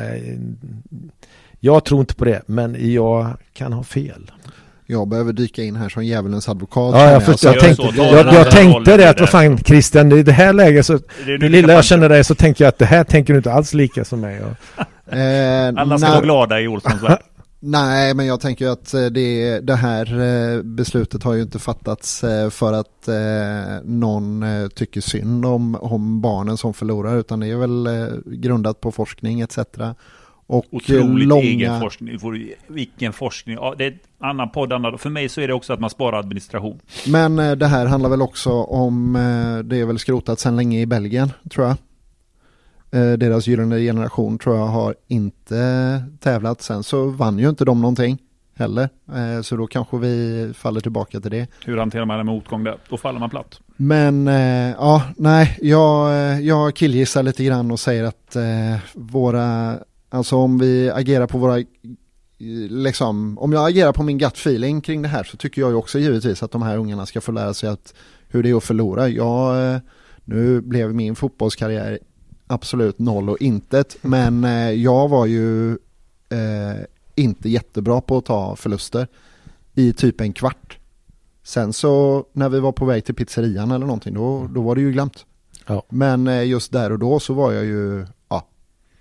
jag tror inte på det, men jag kan ha fel. Jag behöver dyka in här som djävulens advokat. Ja, jag, först, jag, jag tänkte, så, jag, jag tänkte det, att vad fan Christian, i det här läget så, det, det lilla jag känner dig, så tänker jag att det här tänker du inte alls lika som mig. Och, eh, Alla ska när, vara glada i Olssons värld. Nej, men jag tänker att det, det här beslutet har ju inte fattats för att någon tycker synd om, om barnen som förlorar, utan det är väl grundat på forskning et cetera. Och otroligt långa... egen forskning. Vilken forskning? Ja, det är en annan podd. Annan. För mig så är det också att man sparar administration. Men det här handlar väl också om, det är väl skrotat sedan länge i Belgien, tror jag. Deras gyllene generation tror jag har inte tävlat. Sen så vann ju inte de någonting heller. Så då kanske vi faller tillbaka till det. Hur hanterar man en motgång där? Då faller man platt. Men ja, nej, jag, jag killgissar lite grann och säger att eh, våra, alltså om vi agerar på våra, liksom, om jag agerar på min gut feeling kring det här, så tycker jag ju också givetvis att de här ungarna ska få lära sig att, hur det är att förlora. Jag, nu blev min fotbollskarriär absolut noll och intet, men eh, jag var ju eh, inte jättebra på att ta förluster i typ en kvart. Sen så när vi var på väg till pizzerian eller någonting, då, då var det ju glömt. Ja. Men eh, just där och då så var jag ju, ja,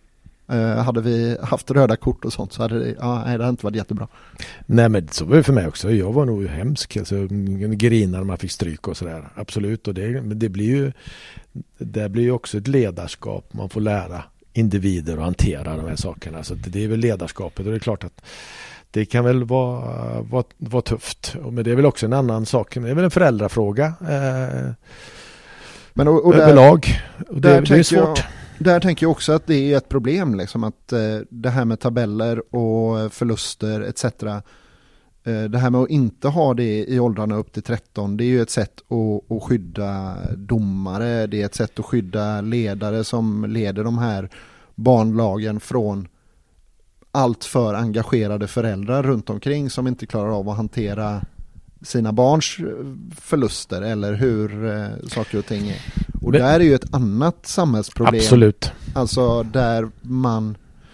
Uh, hade vi haft röda kort och sånt så hade det, ja, nej, det hade inte varit jättebra. Nej, men så var det för mig också. Jag var nog hemsk. Alltså, grinar man fick stryk och sådär. Absolut. Och det, men det blir ju det blir ju också ett ledarskap. Man får lära individer att hantera de här sakerna. Så det, det är väl ledarskapet. Och det är klart att det kan väl vara, vara, vara tufft. Men det är väl också en annan sak. Det är väl en föräldrafråga. Eh, men och, och överlag. Där, och det, där det är svårt. Jag, där tänker jag också att det är ett problem. Liksom, att eh, det här med tabeller och förluster et cetera. Eh, det här med att inte ha det i åldrarna upp till tretton. Det är ju ett sätt att, att skydda domare. Det är ett sätt att skydda ledare som leder de här barnlagen från allt för engagerade föräldrar runt omkring som inte klarar av att hantera sina barns förluster eller hur eh, saker och ting är. Och Men, där är ju ett annat samhällsproblem. Absolut. Alltså där man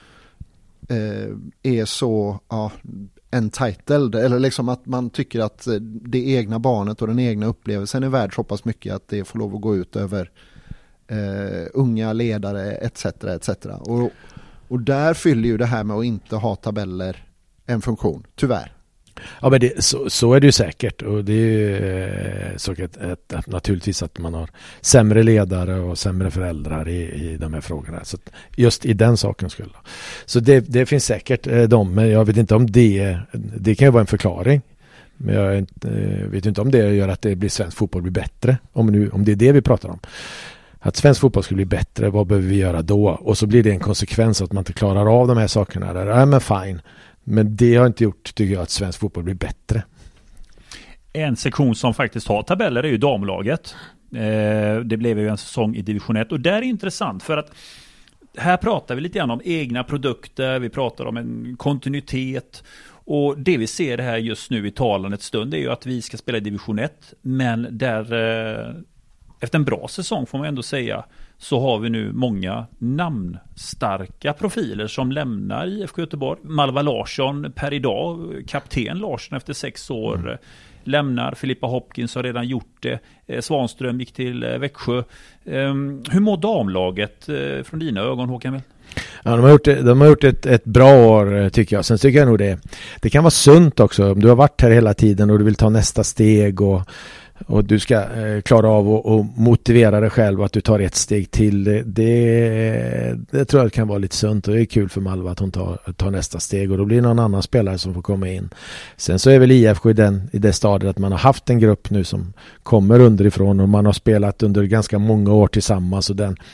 eh, är så ja, entitled eller liksom att man tycker att det egna barnet och den egna upplevelsen är värd så pass mycket att det får lov att gå ut över eh, unga ledare et cetera et cetera. Och Och där fyller ju det här med att inte ha tabeller en funktion, tyvärr. Ja, men det, så, så är det ju säkert. Och det är ju så att, att, att naturligtvis att man har sämre ledare och sämre föräldrar i, i de här frågorna. Så att just i den saken skulle. Så det, det finns säkert eh, de, men jag vet inte om det, det kan ju vara en förklaring. Men jag inte, vet inte om det gör att det blir svensk fotboll blir bättre. Om, nu, om det är det vi pratar om. Att svensk fotboll skulle bli bättre, vad behöver vi göra då? Och så blir det en konsekvens att man inte klarar av de här sakerna. Där. Ja, men fine. Men det har inte gjort, tycker jag, att svensk fotboll blir bättre. En sektion som faktiskt har tabeller är ju damlaget. Eh, det blev ju en säsong i division ett. Och där är intressant för att här pratar vi lite grann om egna produkter. Vi pratar om en kontinuitet. Och det vi ser här just nu i talandet stund är ju att vi ska spela i division ett. Men där... Eh, Efter en bra säsong får man ändå säga så har vi nu många namnstarka profiler som lämnar I F K Göteborg. Malva Larsson per idag, kapten Larsson efter sex år mm. lämnar. Filippa Hopkins har redan gjort det. Svanström gick till Växjö. Hur mår damlaget från dina ögon, Håkan? Ja, de har gjort, de har gjort ett, ett bra år tycker jag. Sen tycker jag nog det, det kan vara sunt också. Om du har varit här hela tiden och du vill ta nästa steg och och du ska eh, klara av och, och motivera dig själv att du tar ett steg till. Det, det, det tror jag kan vara lite sunt och det är kul för Malva att hon tar, tar nästa steg och då blir det någon annan spelare som får komma in. Sen så är väl I F K i, den, i det stadiet att man har haft en grupp nu som kommer underifrån och man har spelat under ganska många år tillsammans och den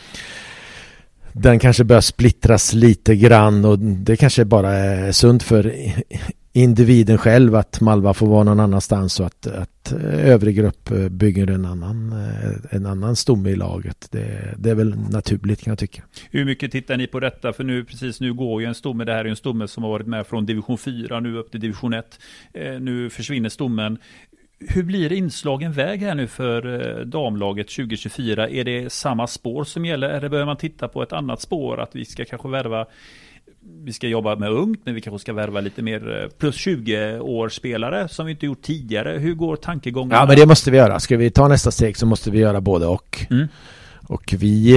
den kanske börjar splittras lite grann och det kanske bara är sunt för individen själv att Malva får vara någon annanstans och att, att övrig grupp bygger en annan, en annan stomme i laget. Det, det är väl naturligt kan jag tycka. Hur mycket tittar ni på detta? För nu, precis nu går ju en stomme, det här är en stomme som har varit med från division fyra nu upp till division ett. Eh, nu försvinner stommen. Hur blir inslagen väg här nu för damlaget tjugo tjugofyra? Är det samma spår som gäller eller behöver man titta på ett annat spår att vi ska kanske värva, vi ska jobba med ungt men vi kanske ska värva lite mer plus tjugo års spelare som vi inte gjort tidigare. Hur går tankegången? Ja, men det måste vi göra. Ska vi ta nästa steg så måste vi göra både och. Mm. Och vi,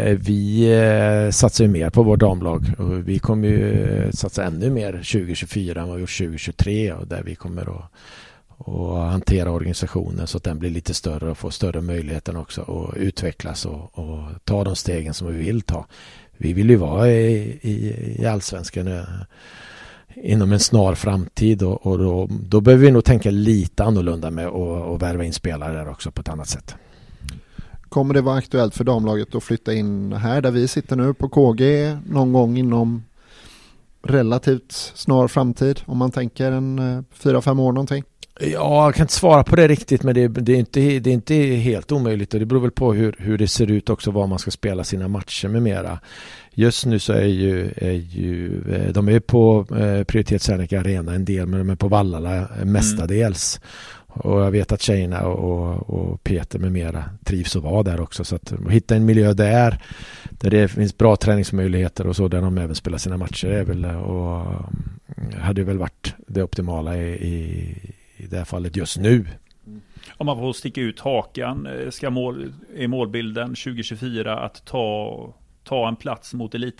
vi satsar ju mer på vår damlag och vi kommer ju satsa ännu mer tjugo tjugofyra än vad vi gjort tjugo tjugotre och där vi kommer att och hantera organisationen så att den blir lite större och får större möjligheter också att utvecklas och, och ta de stegen som vi vill ta. Vi vill ju vara i, i, i allsvenskan inom en snar framtid och, och då, då behöver vi nog tänka lite annorlunda med och, och värva in spelare där också på ett annat sätt. Kommer det vara aktuellt för damlaget att flytta in här där vi sitter nu på K G någon gång inom relativt snar framtid om man tänker en fyra fem år någonting? Ja, jag kan inte svara på det riktigt men det, det, är, inte, det är inte helt omöjligt och det beror väl på hur, hur det ser ut också var man ska spela sina matcher med mera. Just nu så är ju, är ju de är på eh, Prioritet Serneke Arena en del men de är på Vallala mestadels. Mm. Och jag vet att tjejerna och, och Peter med mera trivs att vara där också så att hitta en miljö där där det finns bra träningsmöjligheter och så där de även spelar sina matcher är väl och hade väl varit det optimala i, i i det här fallet just nu. Om man får sticka ut hakan ska mål, i målbilden tjugo tjugofyra att ta, ta en plats mot elitettan?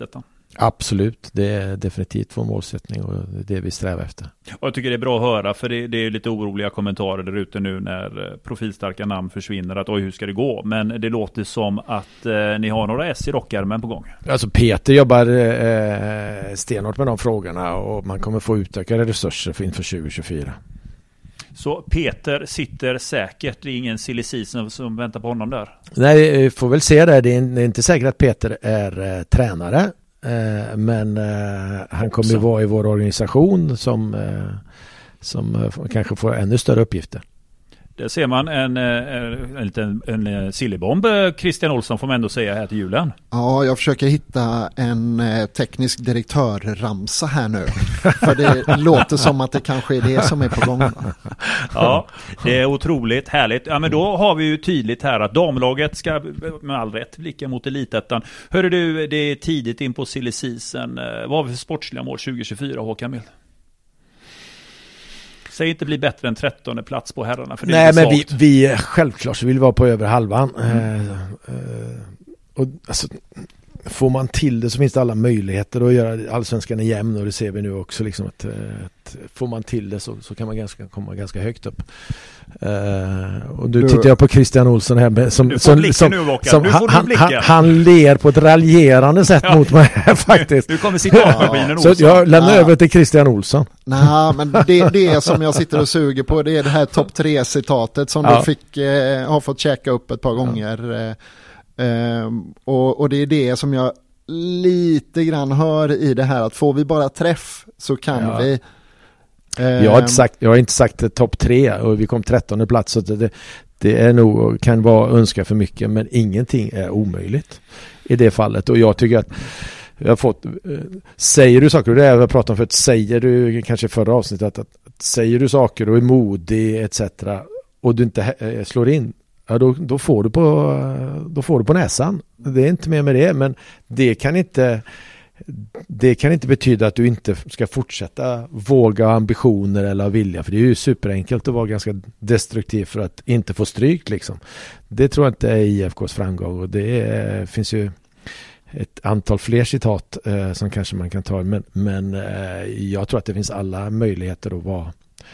Absolut, det är definitivt vår målsättning och det är det vi strävar efter. Och jag tycker det är bra att höra, för det, det är lite oroliga kommentarer där ute nu när profilstarka namn försvinner, att oj, hur ska det gå? Men det låter som att eh, ni har några S i rockärmen på gång. Alltså Peter jobbar eh, stenhårt med de frågorna och man kommer få utökade resurser för inför tjugo tjugofyra. Så Peter sitter säkert, det är ingen silly season som väntar på honom där? Nej, vi får väl se det. Det är, det är inte säkert att Peter är eh, tränare. Eh, men eh, han kommer ju vara i vår organisation som, eh, som eh, kanske får ännu större uppgifter. Där ser man en, en, en liten en sillybomb, Christian Olsson, får man ändå säga här till julen. Ja, jag försöker hitta en teknisk direktör-ramsa här nu. För det låter som att det kanske är det som är på gång. Ja, det är otroligt härligt. Ja, men då har vi ju tydligt här att damlaget ska med all rätt blicka mot elitettan. Hörru du, det är tidigt in på silly season. Vad har vi för sportsliga mål tjugo tjugofyra, Håkan Mild? Säg inte bli bättre än trettonde plats på herrarna. För det Nej, är men vi, svagt. vi självklart så vill vi vara på över halvan. Mm. Eh, eh, och alltså, får man till det så finns det alla möjligheter att göra allsvenskan jämn, och det ser vi nu också. Liksom att, att får man till det så, så kan man ganska, komma ganska högt upp. Uh, och nu tittar jag på Christian Olsson här med, som, du som, som, som, nu, som han, han, han, han ler på ett raljerande sätt ja. mot mig faktiskt. Du kommer citatmaskinen ja. Så jag lämnar ja. över till Christian Olsson. Nej, men det, det som jag sitter och suger på, det är det här topp tre citatet som ja. du fick eh, har fått checka upp ett par gånger. Ja. Eh, och, och det är det som jag lite grann hör i det här, att får vi bara träff så kan ja. vi. Jag har inte sagt, jag har inte sagt topp tre och vi kom trettonde plats, så det, det är nog, kan vara önska för mycket, men ingenting är omöjligt i det fallet. Och jag tycker att jag har fått, säger du saker, och det är jag pratat om förut, säger du kanske förra avsnittet att, att, att säger du saker och är modig et cetera och du inte äh, slår in, ja, då, då får du på då får du på näsan. Det är inte mer med det, men det kan inte det kan inte betyda att du inte ska fortsätta våga ambitioner eller vilja, för det är ju superenkelt att vara ganska destruktiv för att inte få stryk liksom. Det tror jag inte är I F K:s framgång, och det är, finns ju ett antal fler citat eh, som kanske man kan ta, men, men eh, jag tror att det finns alla möjligheter att vara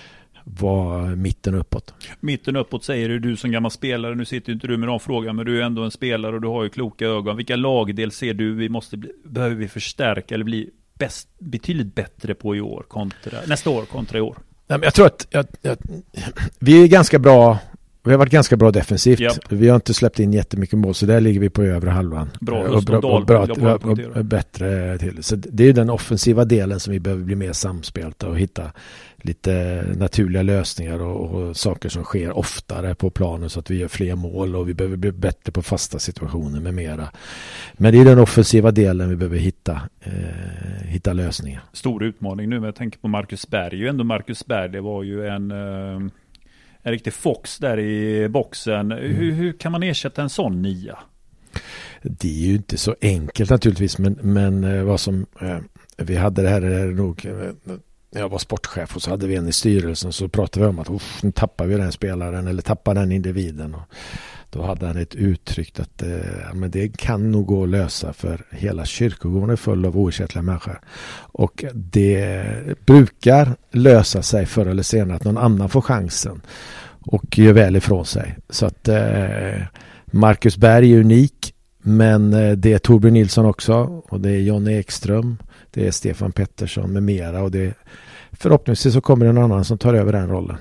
var mitten uppåt. Mitten uppåt säger du, du som gammal spelare. Nu sitter ju inte du med de frågorna, men du är ändå en spelare och du har ju kloka ögon. Vilka lagdel ser du vi måste bli, behöver vi förstärka eller bli bäst, betydligt bättre på i år kontra, nästa år kontra i år? Nej, men jag tror att jag, jag, vi är ganska bra. Vi har varit ganska bra defensivt. Yep. Vi har inte släppt in jättemycket mål, så där ligger vi på övre halvan. Bra, och, bra, och, bra och, och, och bättre till. Så det är den offensiva delen som vi behöver bli mer samspelta och hitta lite naturliga lösningar och, och saker som sker oftare på planen, så att vi gör fler mål, och vi behöver bli bättre på fasta situationer med mera. Men det är den offensiva delen vi behöver hitta, eh, hitta lösningar. Stor utmaning nu, men jag tänker på Marcus Berg. Ju ändå Marcus Berg, det var ju en... Eh... en riktig fox där i boxen. Mm. Hur, hur kan man ersätta en sån nia? Det är ju inte så enkelt naturligtvis, men, men vad som eh, vi hade det här är nog, eh, när jag var sportchef och så hade vi en i styrelsen, så pratade vi om att nu tappar vi den spelaren eller tappar den individen, och då hade han ett uttryck att eh, men det kan nog gå att lösa, för hela kyrkogården är full av oersättliga människor, och det brukar lösa sig förr eller senare att någon annan får chansen och gör väl ifrån sig. Så att eh, Marcus Berg är unik, men eh, det är Torbjörn Nilsson också, och det är John Ekström, det är Stefan Pettersson med mera, och det förhoppningsvis så kommer det någon annan som tar över den rollen.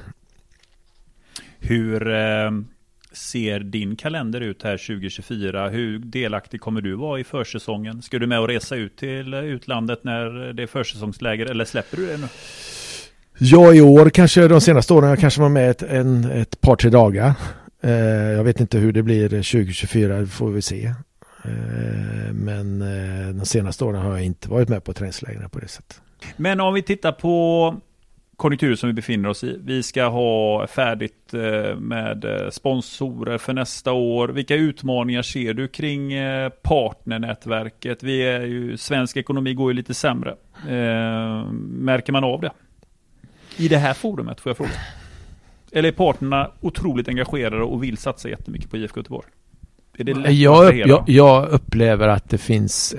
Hur eh, ser din kalender ut här tjugo tjugofyra? Hur delaktig kommer du vara i försäsongen? Ska du med och resa ut till utlandet när det är försäsongsläger, eller släpper du det nu? Ja, i år kanske, de senaste åren kanske var med ett, en, ett par, tre dagar. Eh, jag vet inte hur det blir tjugo tjugofyra, får vi se. Eh, men eh, de senaste åren har jag inte varit med på träningslägren på det sättet. Men om vi tittar på konjunkturen som vi befinner oss i. Vi ska ha färdigt med sponsorer för nästa år. Vilka utmaningar ser du kring partnernätverket? Vi är ju, svensk ekonomi går ju lite sämre. Eh, märker man av det? I det här forumet, får jag fråga. Eller är partnerna otroligt engagerade och vill satsa jättemycket på I F K Göteborg? Är det lätt jag, upp, jag, jag upplever att det finns ett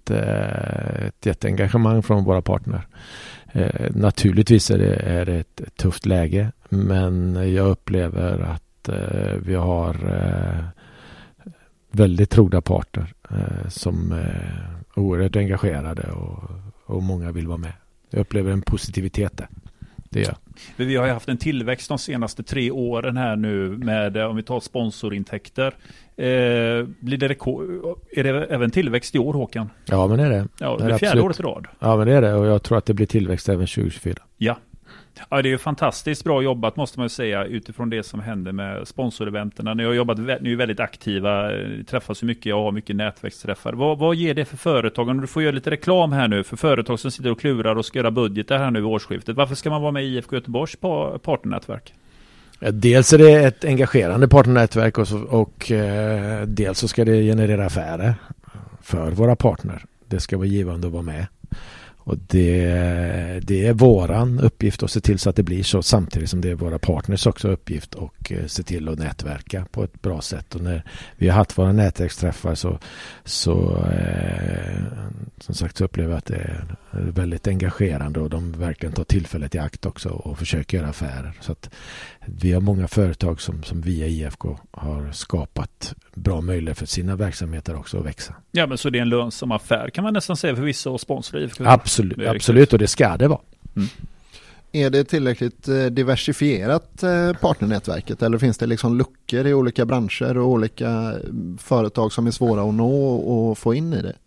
ett, ett jätteengagemang från våra partner. Eh, naturligtvis är det, är det ett, ett tufft läge, men jag upplever att eh, vi har eh, väldigt trogna parter eh, som är oerhört engagerade och, och många vill vara med. Jag upplever en positivitet där. Det gör. Vi har ju haft en tillväxt de senaste tre åren här nu med, om vi tar sponsorintäkter. Eh, blir det rekord, är det även tillväxt i år, Håkan? Ja, men det är det. Ja, det är är fjärde absolut. året i rad. Ja, men det är det, och jag tror att det blir tillväxt även tjugo tjugofyra. Ja. Ja, det är ju fantastiskt bra jobbat måste man ju säga utifrån det som händer med sponsoreventerna. Ni har jobbat, ni är väldigt aktiva, träffas så mycket, jag har mycket nätverksträffar. Vad, vad ger det för företag? Du får göra lite reklam här nu för företag som sitter och klurar och ska göra budgetar här nu vid årsskiftet. Varför ska man vara med i I F K Göteborgs partnernätverk? Ja, dels är det ett engagerande partnernätverk och, så, och eh, dels så ska det generera affärer för våra partner. Det ska vara givande att vara med. Och det, det är våran uppgift att se till så att det blir så, samtidigt som det är våra partners också uppgift och se till att nätverka på ett bra sätt. Och när vi har haft våra nätverksträffar så, så eh, som sagt så upplever jag att det är väldigt engagerande och de verkligen tar tillfället i akt också och försöker göra affärer. Så att vi har många företag som, som via I F K har skapat bra möjligheter för sina verksamheter också att växa. Ja, men så det är en lönsam affär kan man nästan säga för vissa och sponsra I F K. Absolut, absolut, och det ska det vara. Mm. Är det tillräckligt diversifierat partnernätverket eller finns det liksom luckor i olika branscher och olika företag som är svåra att nå och få in i det?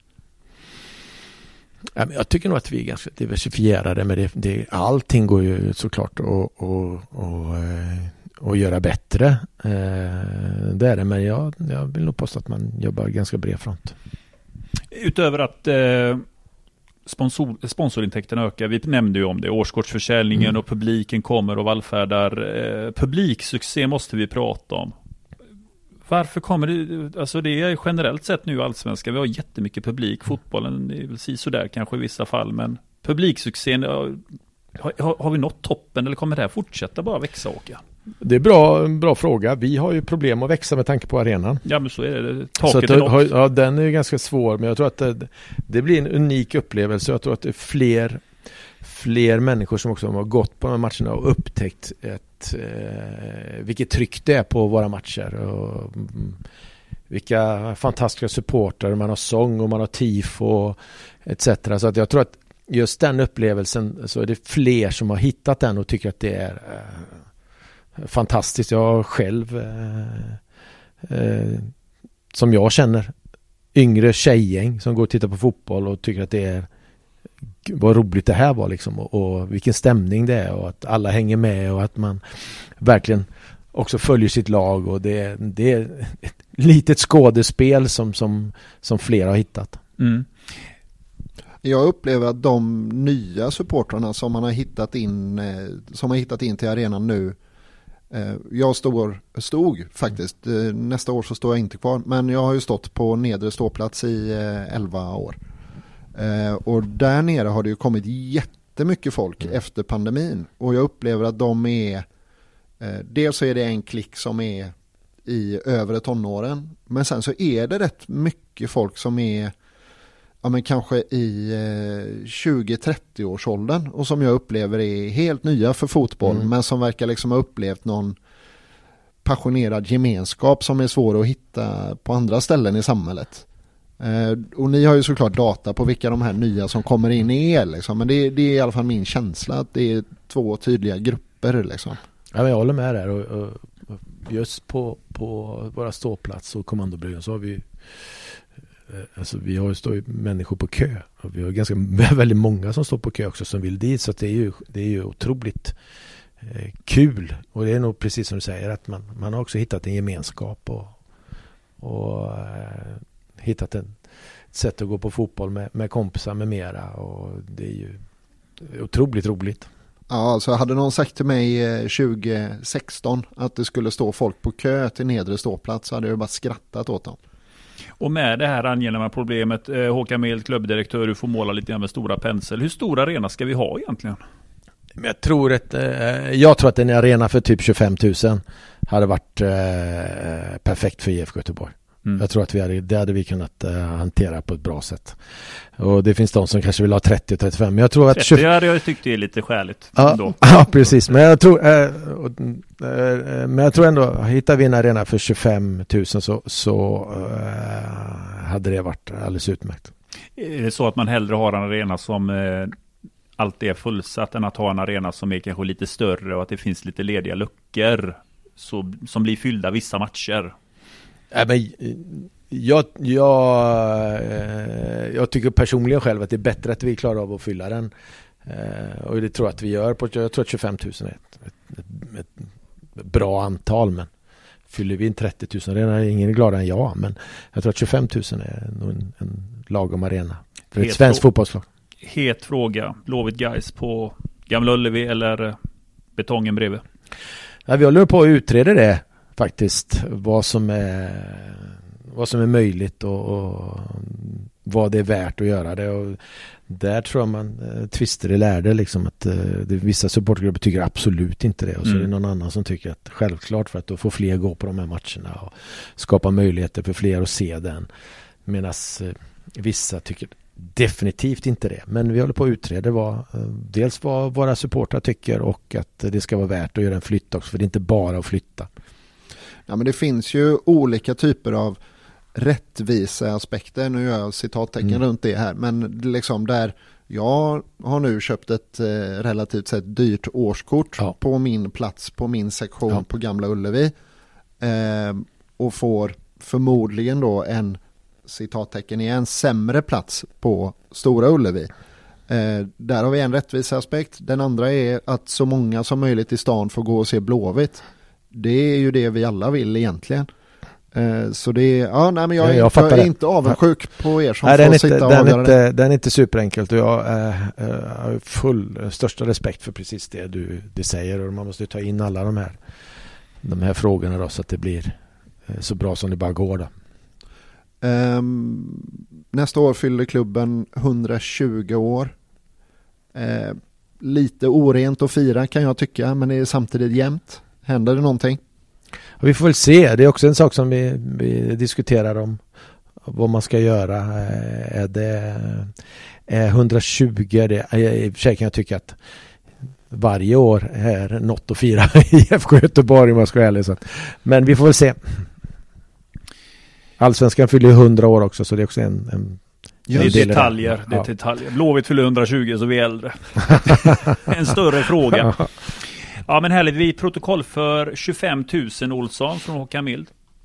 Jag tycker nog att vi är ganska diversifierade, men det, det, allting går ju såklart att och, och, och göra bättre. Det är det, men jag, jag vill nog påstå att man jobbar ganska bred front. Utöver att eh, sponsor, sponsorintäkterna ökar, vi nämnde ju om det, årskortsförsäljningen mm. och publiken kommer och vallfärdar. Eh, publiksuccé måste vi prata om. Varför kommer det, alltså det är generellt sett nu allsvenska, vi har jättemycket publik, fotbollen är väl så där kanske i vissa fall, men publiksuccén, har, har, har vi nått toppen eller kommer det här fortsätta bara växa, åka? Det är bra, en bra fråga. Vi har ju problem att växa med tanke på arenan. Ja, men så är det. Taket så att, är något. Ja, den är ju ganska svår, men jag tror att det, det blir en unik upplevelse. Jag tror att det är fler, fler människor som också har gått på de här matcherna och upptäckt ett, eh, vilket tryck det är på våra matcher och mm, vilka fantastiska supporter man har, sång och man har tifo et cetera. Så att jag tror att just den upplevelsen, så är det fler som har hittat den och tycker att det är eh, fantastiskt. Jag själv eh, eh, som jag känner yngre tjejgäng som går och tittar på fotboll och tycker att det är vad roligt det här var liksom, och, och vilken stämning det är och att alla hänger med och att man verkligen också följer sitt lag och det, det är ett litet skådespel som, som, som flera har hittat. Mm. Jag upplever att de nya supportrarna som man har hittat in som har hittat in till arenan nu, jag står, stod faktiskt, nästa år så står jag inte kvar, men jag har ju stått på nedre ståplats i elva år. Och där nere har det ju kommit jättemycket folk mm. efter pandemin och jag upplever att de är, dels så är det en klick som är i övre tonåren, men sen så är det rätt mycket folk som är ja, men kanske i tjugo till trettio års åldern och som jag upplever är helt nya för fotboll mm. men som verkar liksom ha upplevt någon passionerad gemenskap som är svår att hitta på andra ställen i samhället. Eh, och ni har ju såklart data på vilka de här nya som kommer in är liksom, men det, det är i alla fall min känsla att det är två tydliga grupper liksom. Ja, men jag håller med där och, och, och just på, på våra ståplats och kommandobryggan så har vi alltså vi har ju står människor på kö och vi har ganska väldigt många som står på kö också som vill dit, så att det är ju, det är ju otroligt eh, kul och det är nog precis som du säger att man, man har också hittat en gemenskap och, och eh, hittat en, ett sätt att gå på fotboll med, med kompisar med mera och det är ju otroligt roligt. Ja, alltså hade någon sagt till mig tjugo sexton att det skulle stå folk på kö till nedre ståplats så hade jag bara skrattat åt dem. Och med det här angelägna problemet, eh, Håkan Mild, klubbdirektör, du får måla lite med stora pensel. Hur stor arena ska vi ha egentligen? Jag tror att, eh, jag tror att en arena för typ tjugofem tusen hade varit eh, perfekt för I F K Göteborg. Mm. Jag tror att vi hade, det hade vi kunnat uh, hantera på ett bra sätt. Och det finns de som kanske vill ha trettio trettiofem. Men jag tror att trettio tjugo... hade jag tyckt det är lite skäligt. Ja, ja, precis. Men jag tror, uh, uh, men jag tror ändå, hittar vi en arena för tjugofem tusen så, så uh, hade det varit alldeles utmärkt. Är det så att man hellre har en arena som uh, alltid är fullsatt än att ha en arena som är kanske lite större och att det finns lite lediga luckor så, som blir fyllda vissa matcher? Ja, men jag, jag, jag tycker personligen själv att det är bättre att vi klarar av att fylla den. Och det tror jag att vi gör. På, jag tror att tjugofem tusen är ett, ett, ett, ett bra antal, men fyller vi in trettio tusen arena är ingen gladare än jag. Men jag tror att tjugofem tusen är nog en, en lagom arena för ett svenskt fotbollslag. Het fråga. Blåvitt Guys på Gamla Ullevi eller betongen bredvid? Ja, vi håller på att utreda det faktiskt. Vad som är, vad som är möjligt och, och vad det är värt att göra det. Och där tror jag man eh, twister i lärde liksom att eh, det, vissa supportgrupper tycker absolut inte det. Och så mm. är det någon annan som tycker att självklart för att då får fler gå på de här matcherna och skapa möjligheter för fler att se den. Medan eh, vissa tycker definitivt inte det. Men vi håller på att utreda vad, dels vad våra supportrar tycker och att det ska vara värt att göra en flytt också. För det är inte bara att flytta. Ja, men det finns ju olika typer av rättvisa aspekter. Nu gör jag citattecken mm. runt det här. Men liksom där jag har nu köpt ett eh, relativt sett dyrt årskort ja. på min plats, på min sektion ja. på Gamla Ullevi. Eh, och får förmodligen då en citattecken är en sämre plats på Stora Ullevi. Eh, där har vi en rättvisa aspekt. Den andra är att så många som möjligt i stan får gå och se Blåvitt. Det är ju det vi alla vill egentligen. Eh, så det är, ja, nej, men jag, jag, jag är inte avundsjuk på er som nej, får den sitta inte, och den avgöra inte, det. Den är inte superenkelt och jag är äh, full största respekt för precis det du det säger och man måste ta in alla de här de här frågorna då, så att det blir eh, så bra som det bara går då. Um, nästa år fyller klubben hundratjugo år. Uh, lite orent att fira kan jag tycka, men det är samtidigt jämnt. Händer det någonting? Och vi får väl se. Det är också en sak som vi, vi diskuterar om vad man ska göra. Uh, är det är hundratjugo? Det, I och för sig kan jag tycka att varje år är något att fira i F K Göteborg om man ska vara ärlig. Så att, men vi får väl se. Allsvenskan fyller hundra år också, så det är också en... en det är detaljer, det är detaljer. Blåvitt fyller hundratjugo, så vi är äldre. En större fråga. Ja, men härligt. Vi protokoll för tjugofem tusen Olsson från Håkan Mild.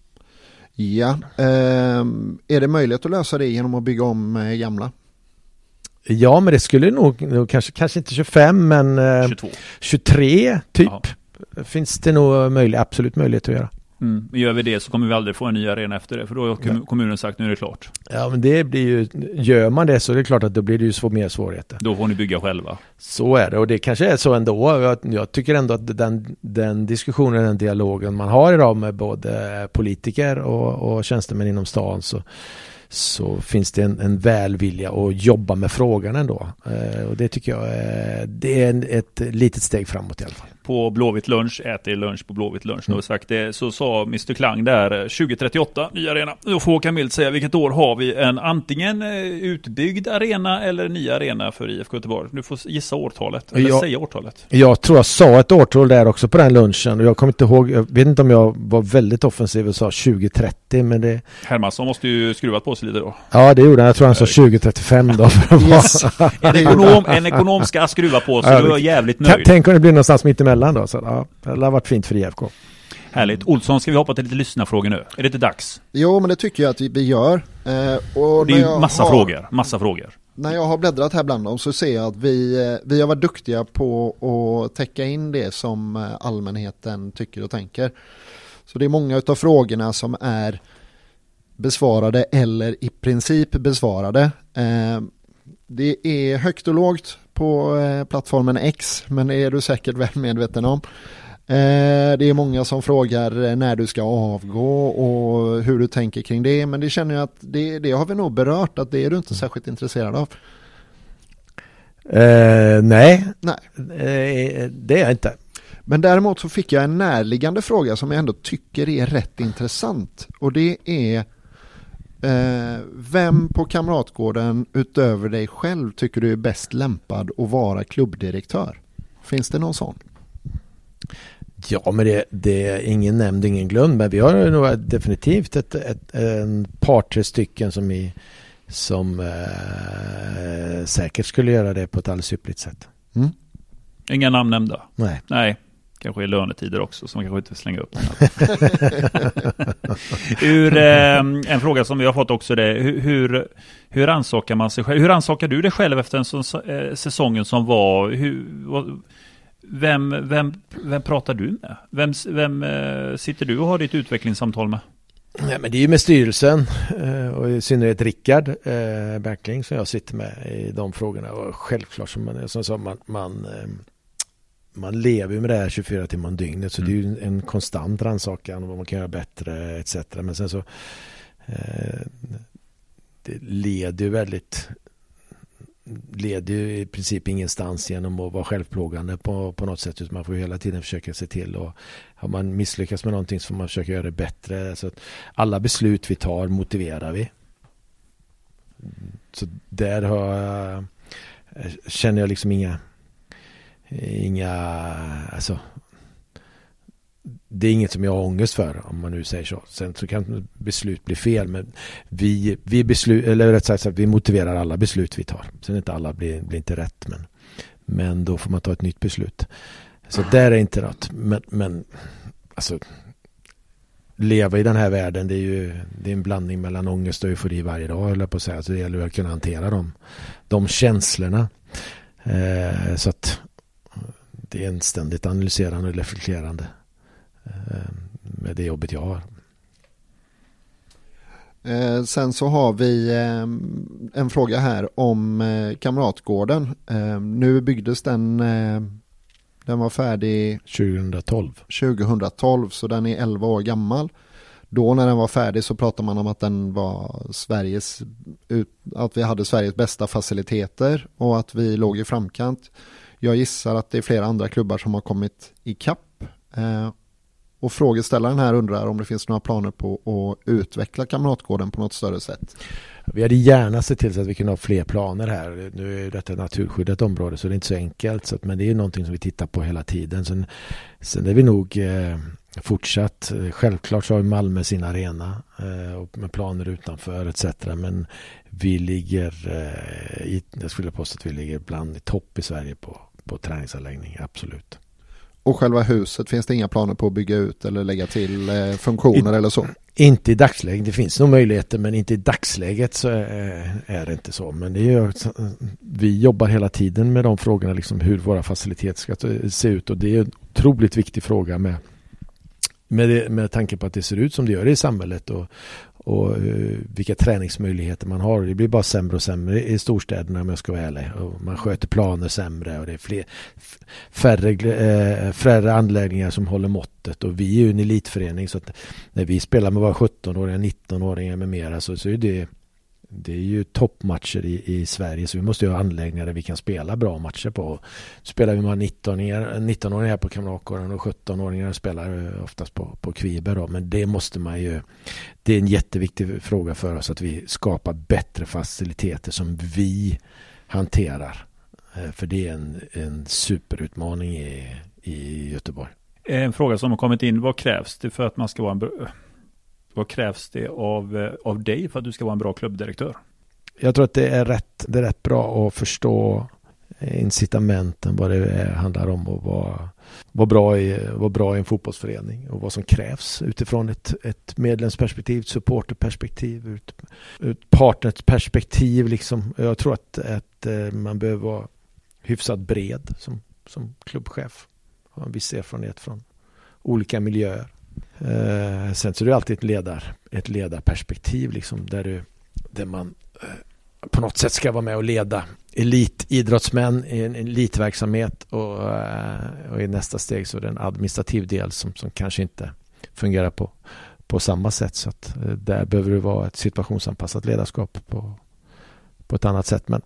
Ja, eh, är det möjligt att lösa det genom att bygga om eh, gamla? Ja, men det skulle nog, nog kanske, kanske inte tjugofem, men eh, tjugotvå. tjugotre typ. Aha. Finns det nog möjligt, absolut möjlighet att göra. Mm. Gör vi det så kommer vi aldrig få en ny arena efter det, för då har kom- kommunen sagt nu är det klart. Ja, men det blir ju, gör man det så är det klart att då blir det ju så mer svårigheter. Då får ni bygga själva. Så är det, och det kanske är så ändå. Jag, jag tycker ändå att den, den diskussionen, den dialogen man har idag med både politiker och, och tjänstemän inom stan, så så finns det en, en välvilja att jobba med frågan ändå. Eh, och det tycker jag är, det är en, ett litet steg framåt i alla fall. På Blåvitt lunch, äter lunch på Blåvitt lunch. Mm. Sagt det, så sa mister Klang där tjugo trettioåtta, ny arena. Då får Håkan Mild säga vilket år har vi en antingen utbyggd arena eller ny arena för I F K Göteborg. Du får gissa årtalet, eller jag, säga årtalet. Jag tror jag sa ett årtal där också på den lunchen. Och jag kommer inte ihåg, jag vet inte om jag var väldigt offensiv och sa tjugo trettio, men det... Hermansson måste ju skruvat på sig lite då. Ja, det gjorde han. Jag tror han sa tjugo trettiofem då. Yes. en, ekonom, en ekonom ska skruva på sig, ja, då är jag jävligt nöjd. Tänk om det blir någonstans mitt emellan då. Så, ja, det har varit fint för I F K. Härligt. Olsson, ska vi hoppa till lite lyssnarfrågor nu? Är det inte dags? Jo, men det tycker jag att vi gör. Eh, och det är ju massa har, frågor. Massa frågor. När jag har bläddrat här bland dem så ser jag att vi, vi har varit duktiga på att täcka in det som allmänheten tycker och tänker. Så det är många av frågorna som är besvarade eller i princip besvarade. Eh, det är högt och lågt på eh, plattformen X, men det är du säkert väl medveten om. Eh, det är många som frågar när du ska avgå och hur du tänker kring det, men det känner jag att det, det har vi nog berört, att det är du inte särskilt intresserad av. Eh, nej, nej. Eh, det är jag inte. Men däremot så fick jag en närliggande fråga som jag ändå tycker är rätt intressant, och det är Eh, vem på Kamratgården utöver dig själv tycker du är bäst lämpad att vara klubbdirektör? Finns det någon sån? Ja, men det, det är ingen nämnd, ingen glömd. Men vi har nog definitivt ett, ett, en par, tre stycken som, i, som eh, säkert skulle göra det på ett alldeles ypperligt sätt. Mm. Inga namn nämnda? Nej. Nej. Kanske är lönetider också som man kanske inte vill slänga upp. Ur, eh, en fråga som vi har fått också det, hur, hur, hur ansakar man sig själv? Hur ansakar du dig själv efter en sån eh, säsongen som var? Hur, vad, vem, vem, vem pratar du med? Vem, vem eh, sitter du och har ditt utvecklingssamtal med? Nej, men det är ju med styrelsen eh, och i synnerhet Rickard eh, Berkling som jag sitter med i de frågorna. Och självklart som man, som så, man, man eh, man lever med det här tjugofyra timmar om dygnet, så mm. det är ju en konstant rannsakan om vad man kan göra bättre et cetera. Men sen så eh, det leder ju väldigt leder ju i princip ingenstans genom att vara självplågande på, på något sätt, utan man får ju hela tiden försöka se till, och har man misslyckats med någonting så får man försöka göra det bättre. Så att alla beslut vi tar motiverar vi. Så där har jag, känner jag liksom inga Inga, alltså det är inget som jag har ångest för, om man nu säger så. Sen så kan beslut bli fel, men vi, vi beslut, eller rätt sagt vi motiverar alla beslut vi tar. Sen inte alla blir, blir inte rätt, men, men då får man ta ett nytt beslut. Så där är inte något, men, men alltså leva i den här världen, det är ju det är en blandning mellan ångest och eufori varje dag, eller på att säga. Så det gäller att kunna hantera dem, de känslorna. Eh, så att det är en ständigt analyserande och reflekterande eh, med det jobbet jag har. Eh, sen så har vi eh, en fråga här om eh, Kamratgården. Eh, nu byggdes den, eh, den var färdig tjugohundratolv. tjugohundratolv, så den är elva år gammal. Då när den var färdig så pratade man om att den var Sveriges, att vi hade Sveriges bästa faciliteter och att vi låg i framkant. Jag gissar att det är flera andra klubbar som har kommit i kapp. Eh, och frågeställaren här undrar om det finns några planer på att utveckla Kamratgården på något större sätt. Vi hade gärna sett till så att vi kunde ha fler planer här. Nu är detta ett naturskyddat område, så det är inte så enkelt. Så att, men det är någonting som vi tittar på hela tiden. Sen, sen är vi nog eh, fortsatt. Självklart så har Malmö sin arena eh, och med planer utanför et cetera. Men vi ligger, eh, i, jag skulle påstå att vi ligger bland i topp i Sverige på, på träningsanläggning, absolut. Och själva huset, finns det inga planer på att bygga ut eller lägga till eh, funktioner I, eller så? Inte i dagsläget. Det finns nog möjligheter, men inte i dagsläget så är, är det inte så. Men det är, vi jobbar hela tiden med de frågorna, liksom hur våra faciliteter ska se ut. Och det är en otroligt viktig fråga med, med, det, med tanke på att det ser ut som det gör i samhället och, och uh, vilka träningsmöjligheter man har. Det blir bara sämre och sämre i storstäderna, om jag ska vara ärlig. Och man sköter planer sämre och det är fler, färre, äh, färre anläggningar som håller måttet. Och vi är ju en elitförening, så att när vi spelar med våra sjutton-åringar, nitton-åringar med mera, så, så är det, det är ju toppmatcher i, i Sverige, så vi måste ju ha anläggningar där vi kan spela bra matcher på. Spelar vi med nitton-åringar, nitton-åringar på Kamratgården och sjutton-åringar spelar oftast på, på Kviber då. Men det måste man ju, det är en jätteviktig fråga för oss att vi skapar bättre faciliteter som vi hanterar. För det är en, en superutmaning i, i Göteborg. En fråga som har kommit in, vad krävs det för att man ska vara en bra, vad krävs det av, av dig för att du ska vara en bra klubbdirektör? Jag tror att det är rätt, det är rätt bra att förstå incitamenten, vad det är, handlar om och vad, vad, bra i, vad bra i en fotbollsförening och vad som krävs utifrån ett, ett medlemsperspektiv, ett supporterperspektiv, ut, ett partnerperspektiv. Liksom. Jag tror att, att man behöver vara hyfsat bred som, som klubbchef. Ha en viss erfarenhet från olika miljöer. Eh, sen så är det alltid ett, ledar, ett ledarperspektiv liksom, där, du, där man eh, på något sätt ska vara med och leda elitidrottsmän i en elitverksamhet och, eh, och i nästa steg så är det en administrativ del som, som kanske inte fungerar på, på samma sätt, så att eh, där behöver det vara ett situationsanpassat ledarskap på, på ett annat sätt. Men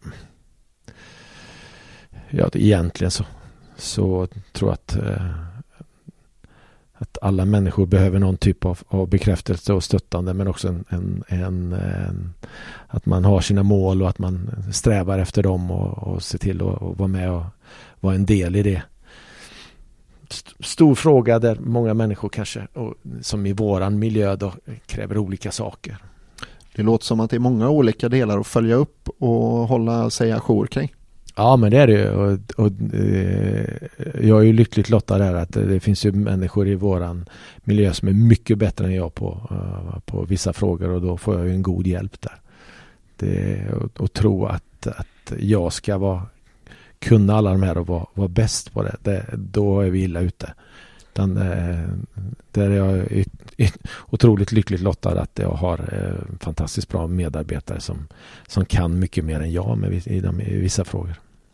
ja, egentligen så, så tror jag att eh, att alla människor behöver någon typ av, av bekräftelse och stöttande, men också en, en, en, en, att man har sina mål och att man strävar efter dem och, och ser till att och vara med och vara en del i det. Stor fråga där många människor kanske, och som i våran miljö då, kräver olika saker. Det låter som att det är många olika delar att följa upp och hålla sig ajour kring. Ja, men det är det ju. Och, och, eh, jag är ju lyckligt lottad där att det, det finns ju människor i våran miljö som är mycket bättre än jag på, uh, på vissa frågor, och då får jag ju en god hjälp där. Det, och, och tro att, att jag ska vara, kunna alla de här och vara, vara bäst på det, det, då är vi illa ute. Utan, eh, där är jag yt, yt, otroligt lyckligt lottad att jag har eh, fantastiskt bra medarbetare som, som kan mycket mer än jag med, i, de, i vissa frågor.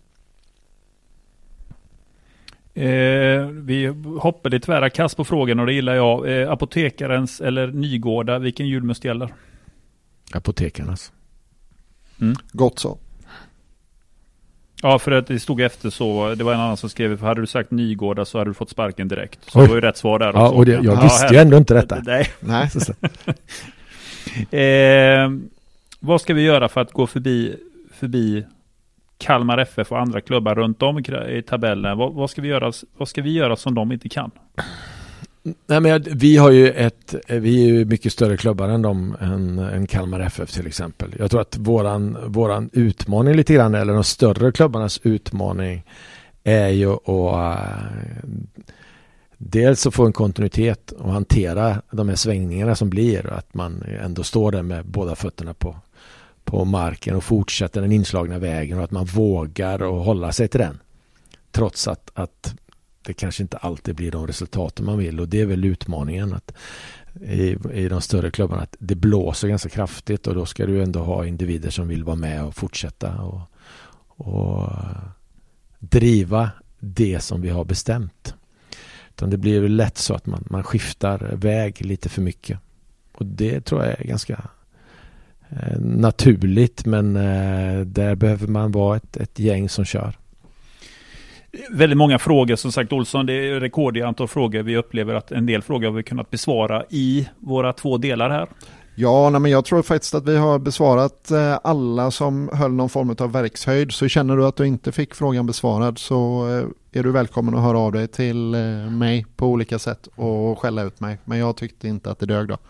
Eh, vi hoppade tvära kast på frågan och det gillar jag. Eh, apotekarens eller Nygårda, vilken julmust gäller? Apotekarnas. Mm. Gott så. Ja, för att det stod efter så, det var en annan som skrev, för hade du sagt Nygårda så hade du fått sparken direkt. Så Oj. det var ju rätt svar där också. Ja, och det, jag ja, visste här, ju ändå inte detta. Nej. Nej. eh, vad ska vi göra för att gå förbi, förbi Kalmar F F och andra klubbar runt om i tabellen? Vad, vad, ska vi göra, vad ska vi göra som de inte kan? Nej, men vi har ju ett, vi är ju mycket större klubbar än de, än, än Kalmar F F till exempel. Jag tror att våran, våran utmaning lite grann, eller de större klubbarnas utmaning, är ju att uh, dels att få en kontinuitet och hantera de här svängningarna som blir, och att man ändå står där med båda fötterna på, på marken och fortsätter den inslagna vägen, och att man vågar och hålla sig till den. Trots att, att det kanske inte alltid blir de resultaten man vill, och det är väl utmaningen att i, i de större klubbarna att det blåser ganska kraftigt, och då ska du ändå ha individer som vill vara med och fortsätta och, och driva det som vi har bestämt. Utan det blir väl lätt så att man, man skiftar väg lite för mycket, och det tror jag är ganska eh, naturligt, men eh, där behöver man vara ett, ett gäng som kör. Väldigt många frågor, som sagt Olsson, det är rekord i antal frågor. Vi upplever att en del frågor har vi kunnat besvara i våra två delar här. Ja, nej, men jag tror faktiskt att vi har besvarat eh, alla som höll någon form av verkshöjd. Så känner du att du inte fick frågan besvarad, så eh, är du välkommen att höra av dig till eh, mig på olika sätt och skälla ut mig. Men jag tyckte inte att det dög då.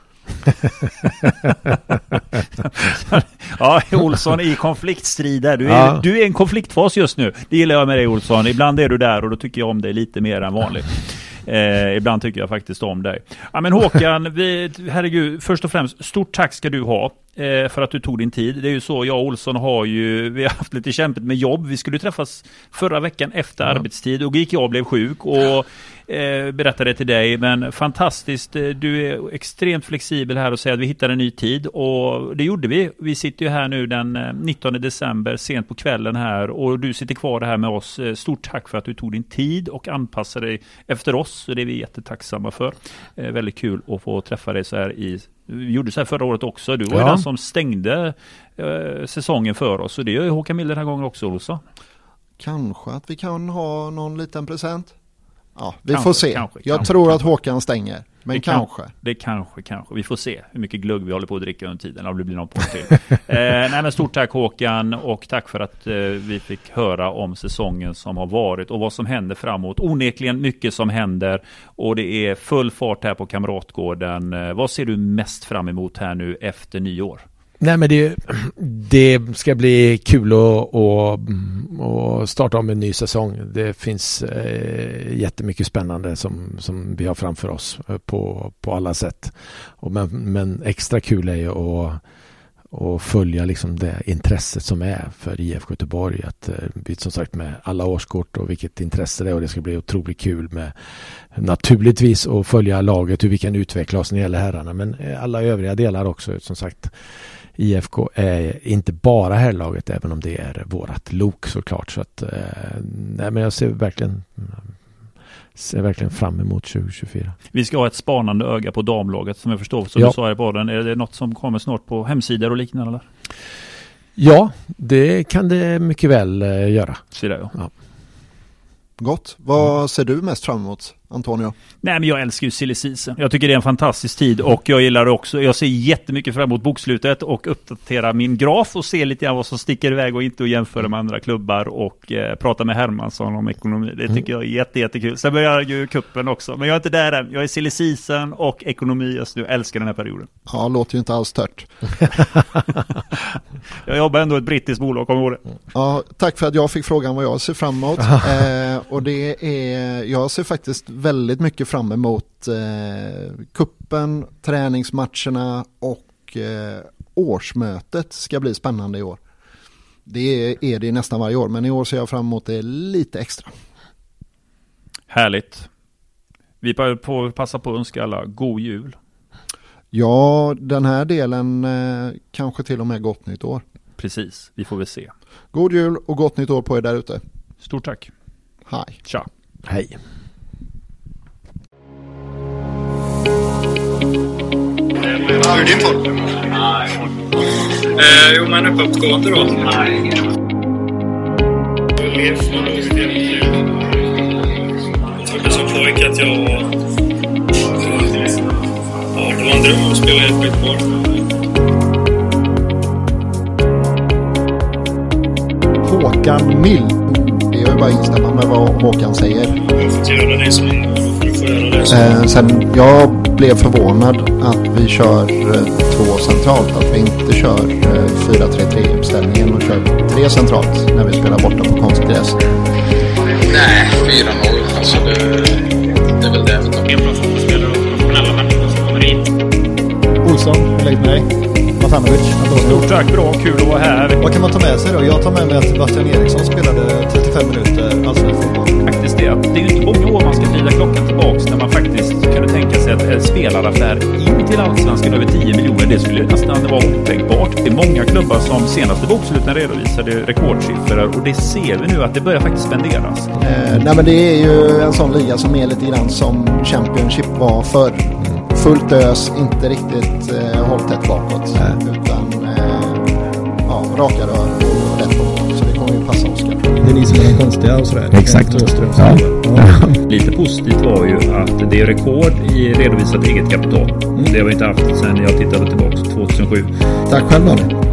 Ja, Olsson i konfliktstrider. Du är, ja. du är en konfliktfas just nu. Det gillar jag med dig, Olsson. Ibland är du där och då tycker jag om dig lite mer än vanligt. Eh, ibland tycker jag faktiskt om dig. Ja, men Håkan, vi, herregud, först och främst, stort tack ska du ha eh, för att du tog din tid. Det är ju så, jag och Olsson har ju, vi har haft lite kämpigt med jobb. Vi skulle träffas förra veckan efter ja. arbetstid, och gick jag och blev sjuk och eh, berättade till dig. Men fantastiskt, du är extremt flexibel här och säger att vi hittar en ny tid, och det gjorde vi. Vi sitter ju här nu den nittonde december sent på kvällen här, och du sitter kvar här med oss. Stort tack för att du tog din tid och anpassade dig efter oss. Så det är vi jättetacksamma för. Eh, väldigt kul att få träffa dig så här i... Vi gjorde så här förra året också. Du var ja. ju den som stängde eh, säsongen för oss. Så det är ju Håkan Mild den här gången också, Olsson. Kanske att vi kan ha någon liten present. Ja, vi kanske, får se. Kanske, jag kanske, tror kanske. att Håkan stänger. Men det kanske. Kan, det kanske, kanske. Vi får se hur mycket glugg vi håller på att dricka under tiden. Om det blir någon på till. eh, nej, men stort tack Håkan, och tack för att eh, vi fick höra om säsongen som har varit och vad som händer framåt. Onekligen mycket som händer, och det är full fart här på Kamratgården. Eh, vad ser du mest fram emot här nu efter nyår? Nej, men det, det ska bli kul att, att, att starta om en ny säsong. Det finns eh, jättemycket spännande som, som vi har framför oss på, på alla sätt. Och men, men extra kul är ju att, att följa liksom det intresset som är för I F K Göteborg. Att vi som sagt med alla årskort och vilket intresse det är, och det ska bli otroligt kul med naturligtvis att följa laget, hur vi kan utveckla oss när det gäller herrarna, men alla övriga delar också. Som sagt, I F K är inte bara herrlaget, även om det är vårat lok såklart. Så att, nej, men jag ser verkligen ser verkligen fram emot tjugo tjugofyra. Vi ska ha ett spanande öga på damlaget som jag förstår, som ja. du sa i podden. Är det något som kommer snart på hemsidor och liknande eller? Ja, det kan det mycket väl uh, göra. Så det, ja. Ja. Gott. Vad ser du mest fram emot? Antonio? Nej, men jag älskar ju silly season. Jag tycker det är en fantastisk tid och jag gillar det också. Jag ser jättemycket fram emot bokslutet och uppdatera min graf och se lite grann vad som sticker iväg och inte och jämföra med andra klubbar och eh, prata med Hermansson om ekonomi. Det tycker jag är jätte, jättekul. Sen börjar ju kuppen också. Men jag är inte där än. Jag är silly season och ekonomi just nu. Jag älskar den här perioden. Ja, låter ju inte alls tört. Jag jobbar ändå i ett brittiskt bolag, kommer ihåg det. Ja, tack för att jag fick frågan vad jag ser fram emot. eh, och det är, jag ser faktiskt väldigt mycket fram emot eh, kuppen, träningsmatcherna och eh, årsmötet ska bli spännande i år. Det är, är det nästan varje år, men i år ser jag fram emot det lite extra. Härligt. Vi får passa på att önska alla god jul. Ja, den här delen eh, kanske till och med gott nytt år. Precis, vi får väl se. God jul och gott nytt år på er där ute. Stort tack. Hej. Tja. Hej. Hur är din form? Eh, jo, men uppåtgående då. Jag lever för jag trodde som pojk att jag var... Ja, det var en dröm att spela helt skitbart. Håkan Mild. Det är ju bara att instämma med vad Håkan säger. Jag får göra det som du får göra det som. Eh, sen jag blev förvånad att vi kör eh, två centralt. Att vi inte kör eh, fyra tre tre-uppställningen och kör tre centralt när vi spelar borta på konstgräs. Nej, fyra noll. Alltså det, det är väl det. En bra fotbollsspelare och professionella människor som kommer in. Olsson, lägg mig. Matanovic, Antonio. Stort tack, bra, kul att vara här. Vad kan man ta med sig då? Jag tar med mig att Bastian Eriksson spelade trettiofem minuter allsvensk fotboll. Faktiskt det. Det är ju inte många år man ska vrida klockan tillbaks när man faktiskt kunde tänka sig att en spelaraffär in till allsvenskan över tio miljoner, det skulle nästan vara otänkbart. Det är många klubbar som senaste boksluten redovisade rekordsiffror och det ser vi nu att det börjar faktiskt spenderas. Eh, nej men det är ju en sån liga som är lite grann som Championship var förr. Fullt ös, inte riktigt eh, hållt tätt bakåt. Nej. Utan eh, ja, raka rör och rätt på. Så det kommer ju passa Oskar. Det är ni som är konstiga och sådär. Exakt. Ja. Ja. Lite positivt var ju att det är rekord i redovisat eget kapital. Det har vi inte haft sedan jag tittade tillbaka tjugohundrasju. Tack själv då.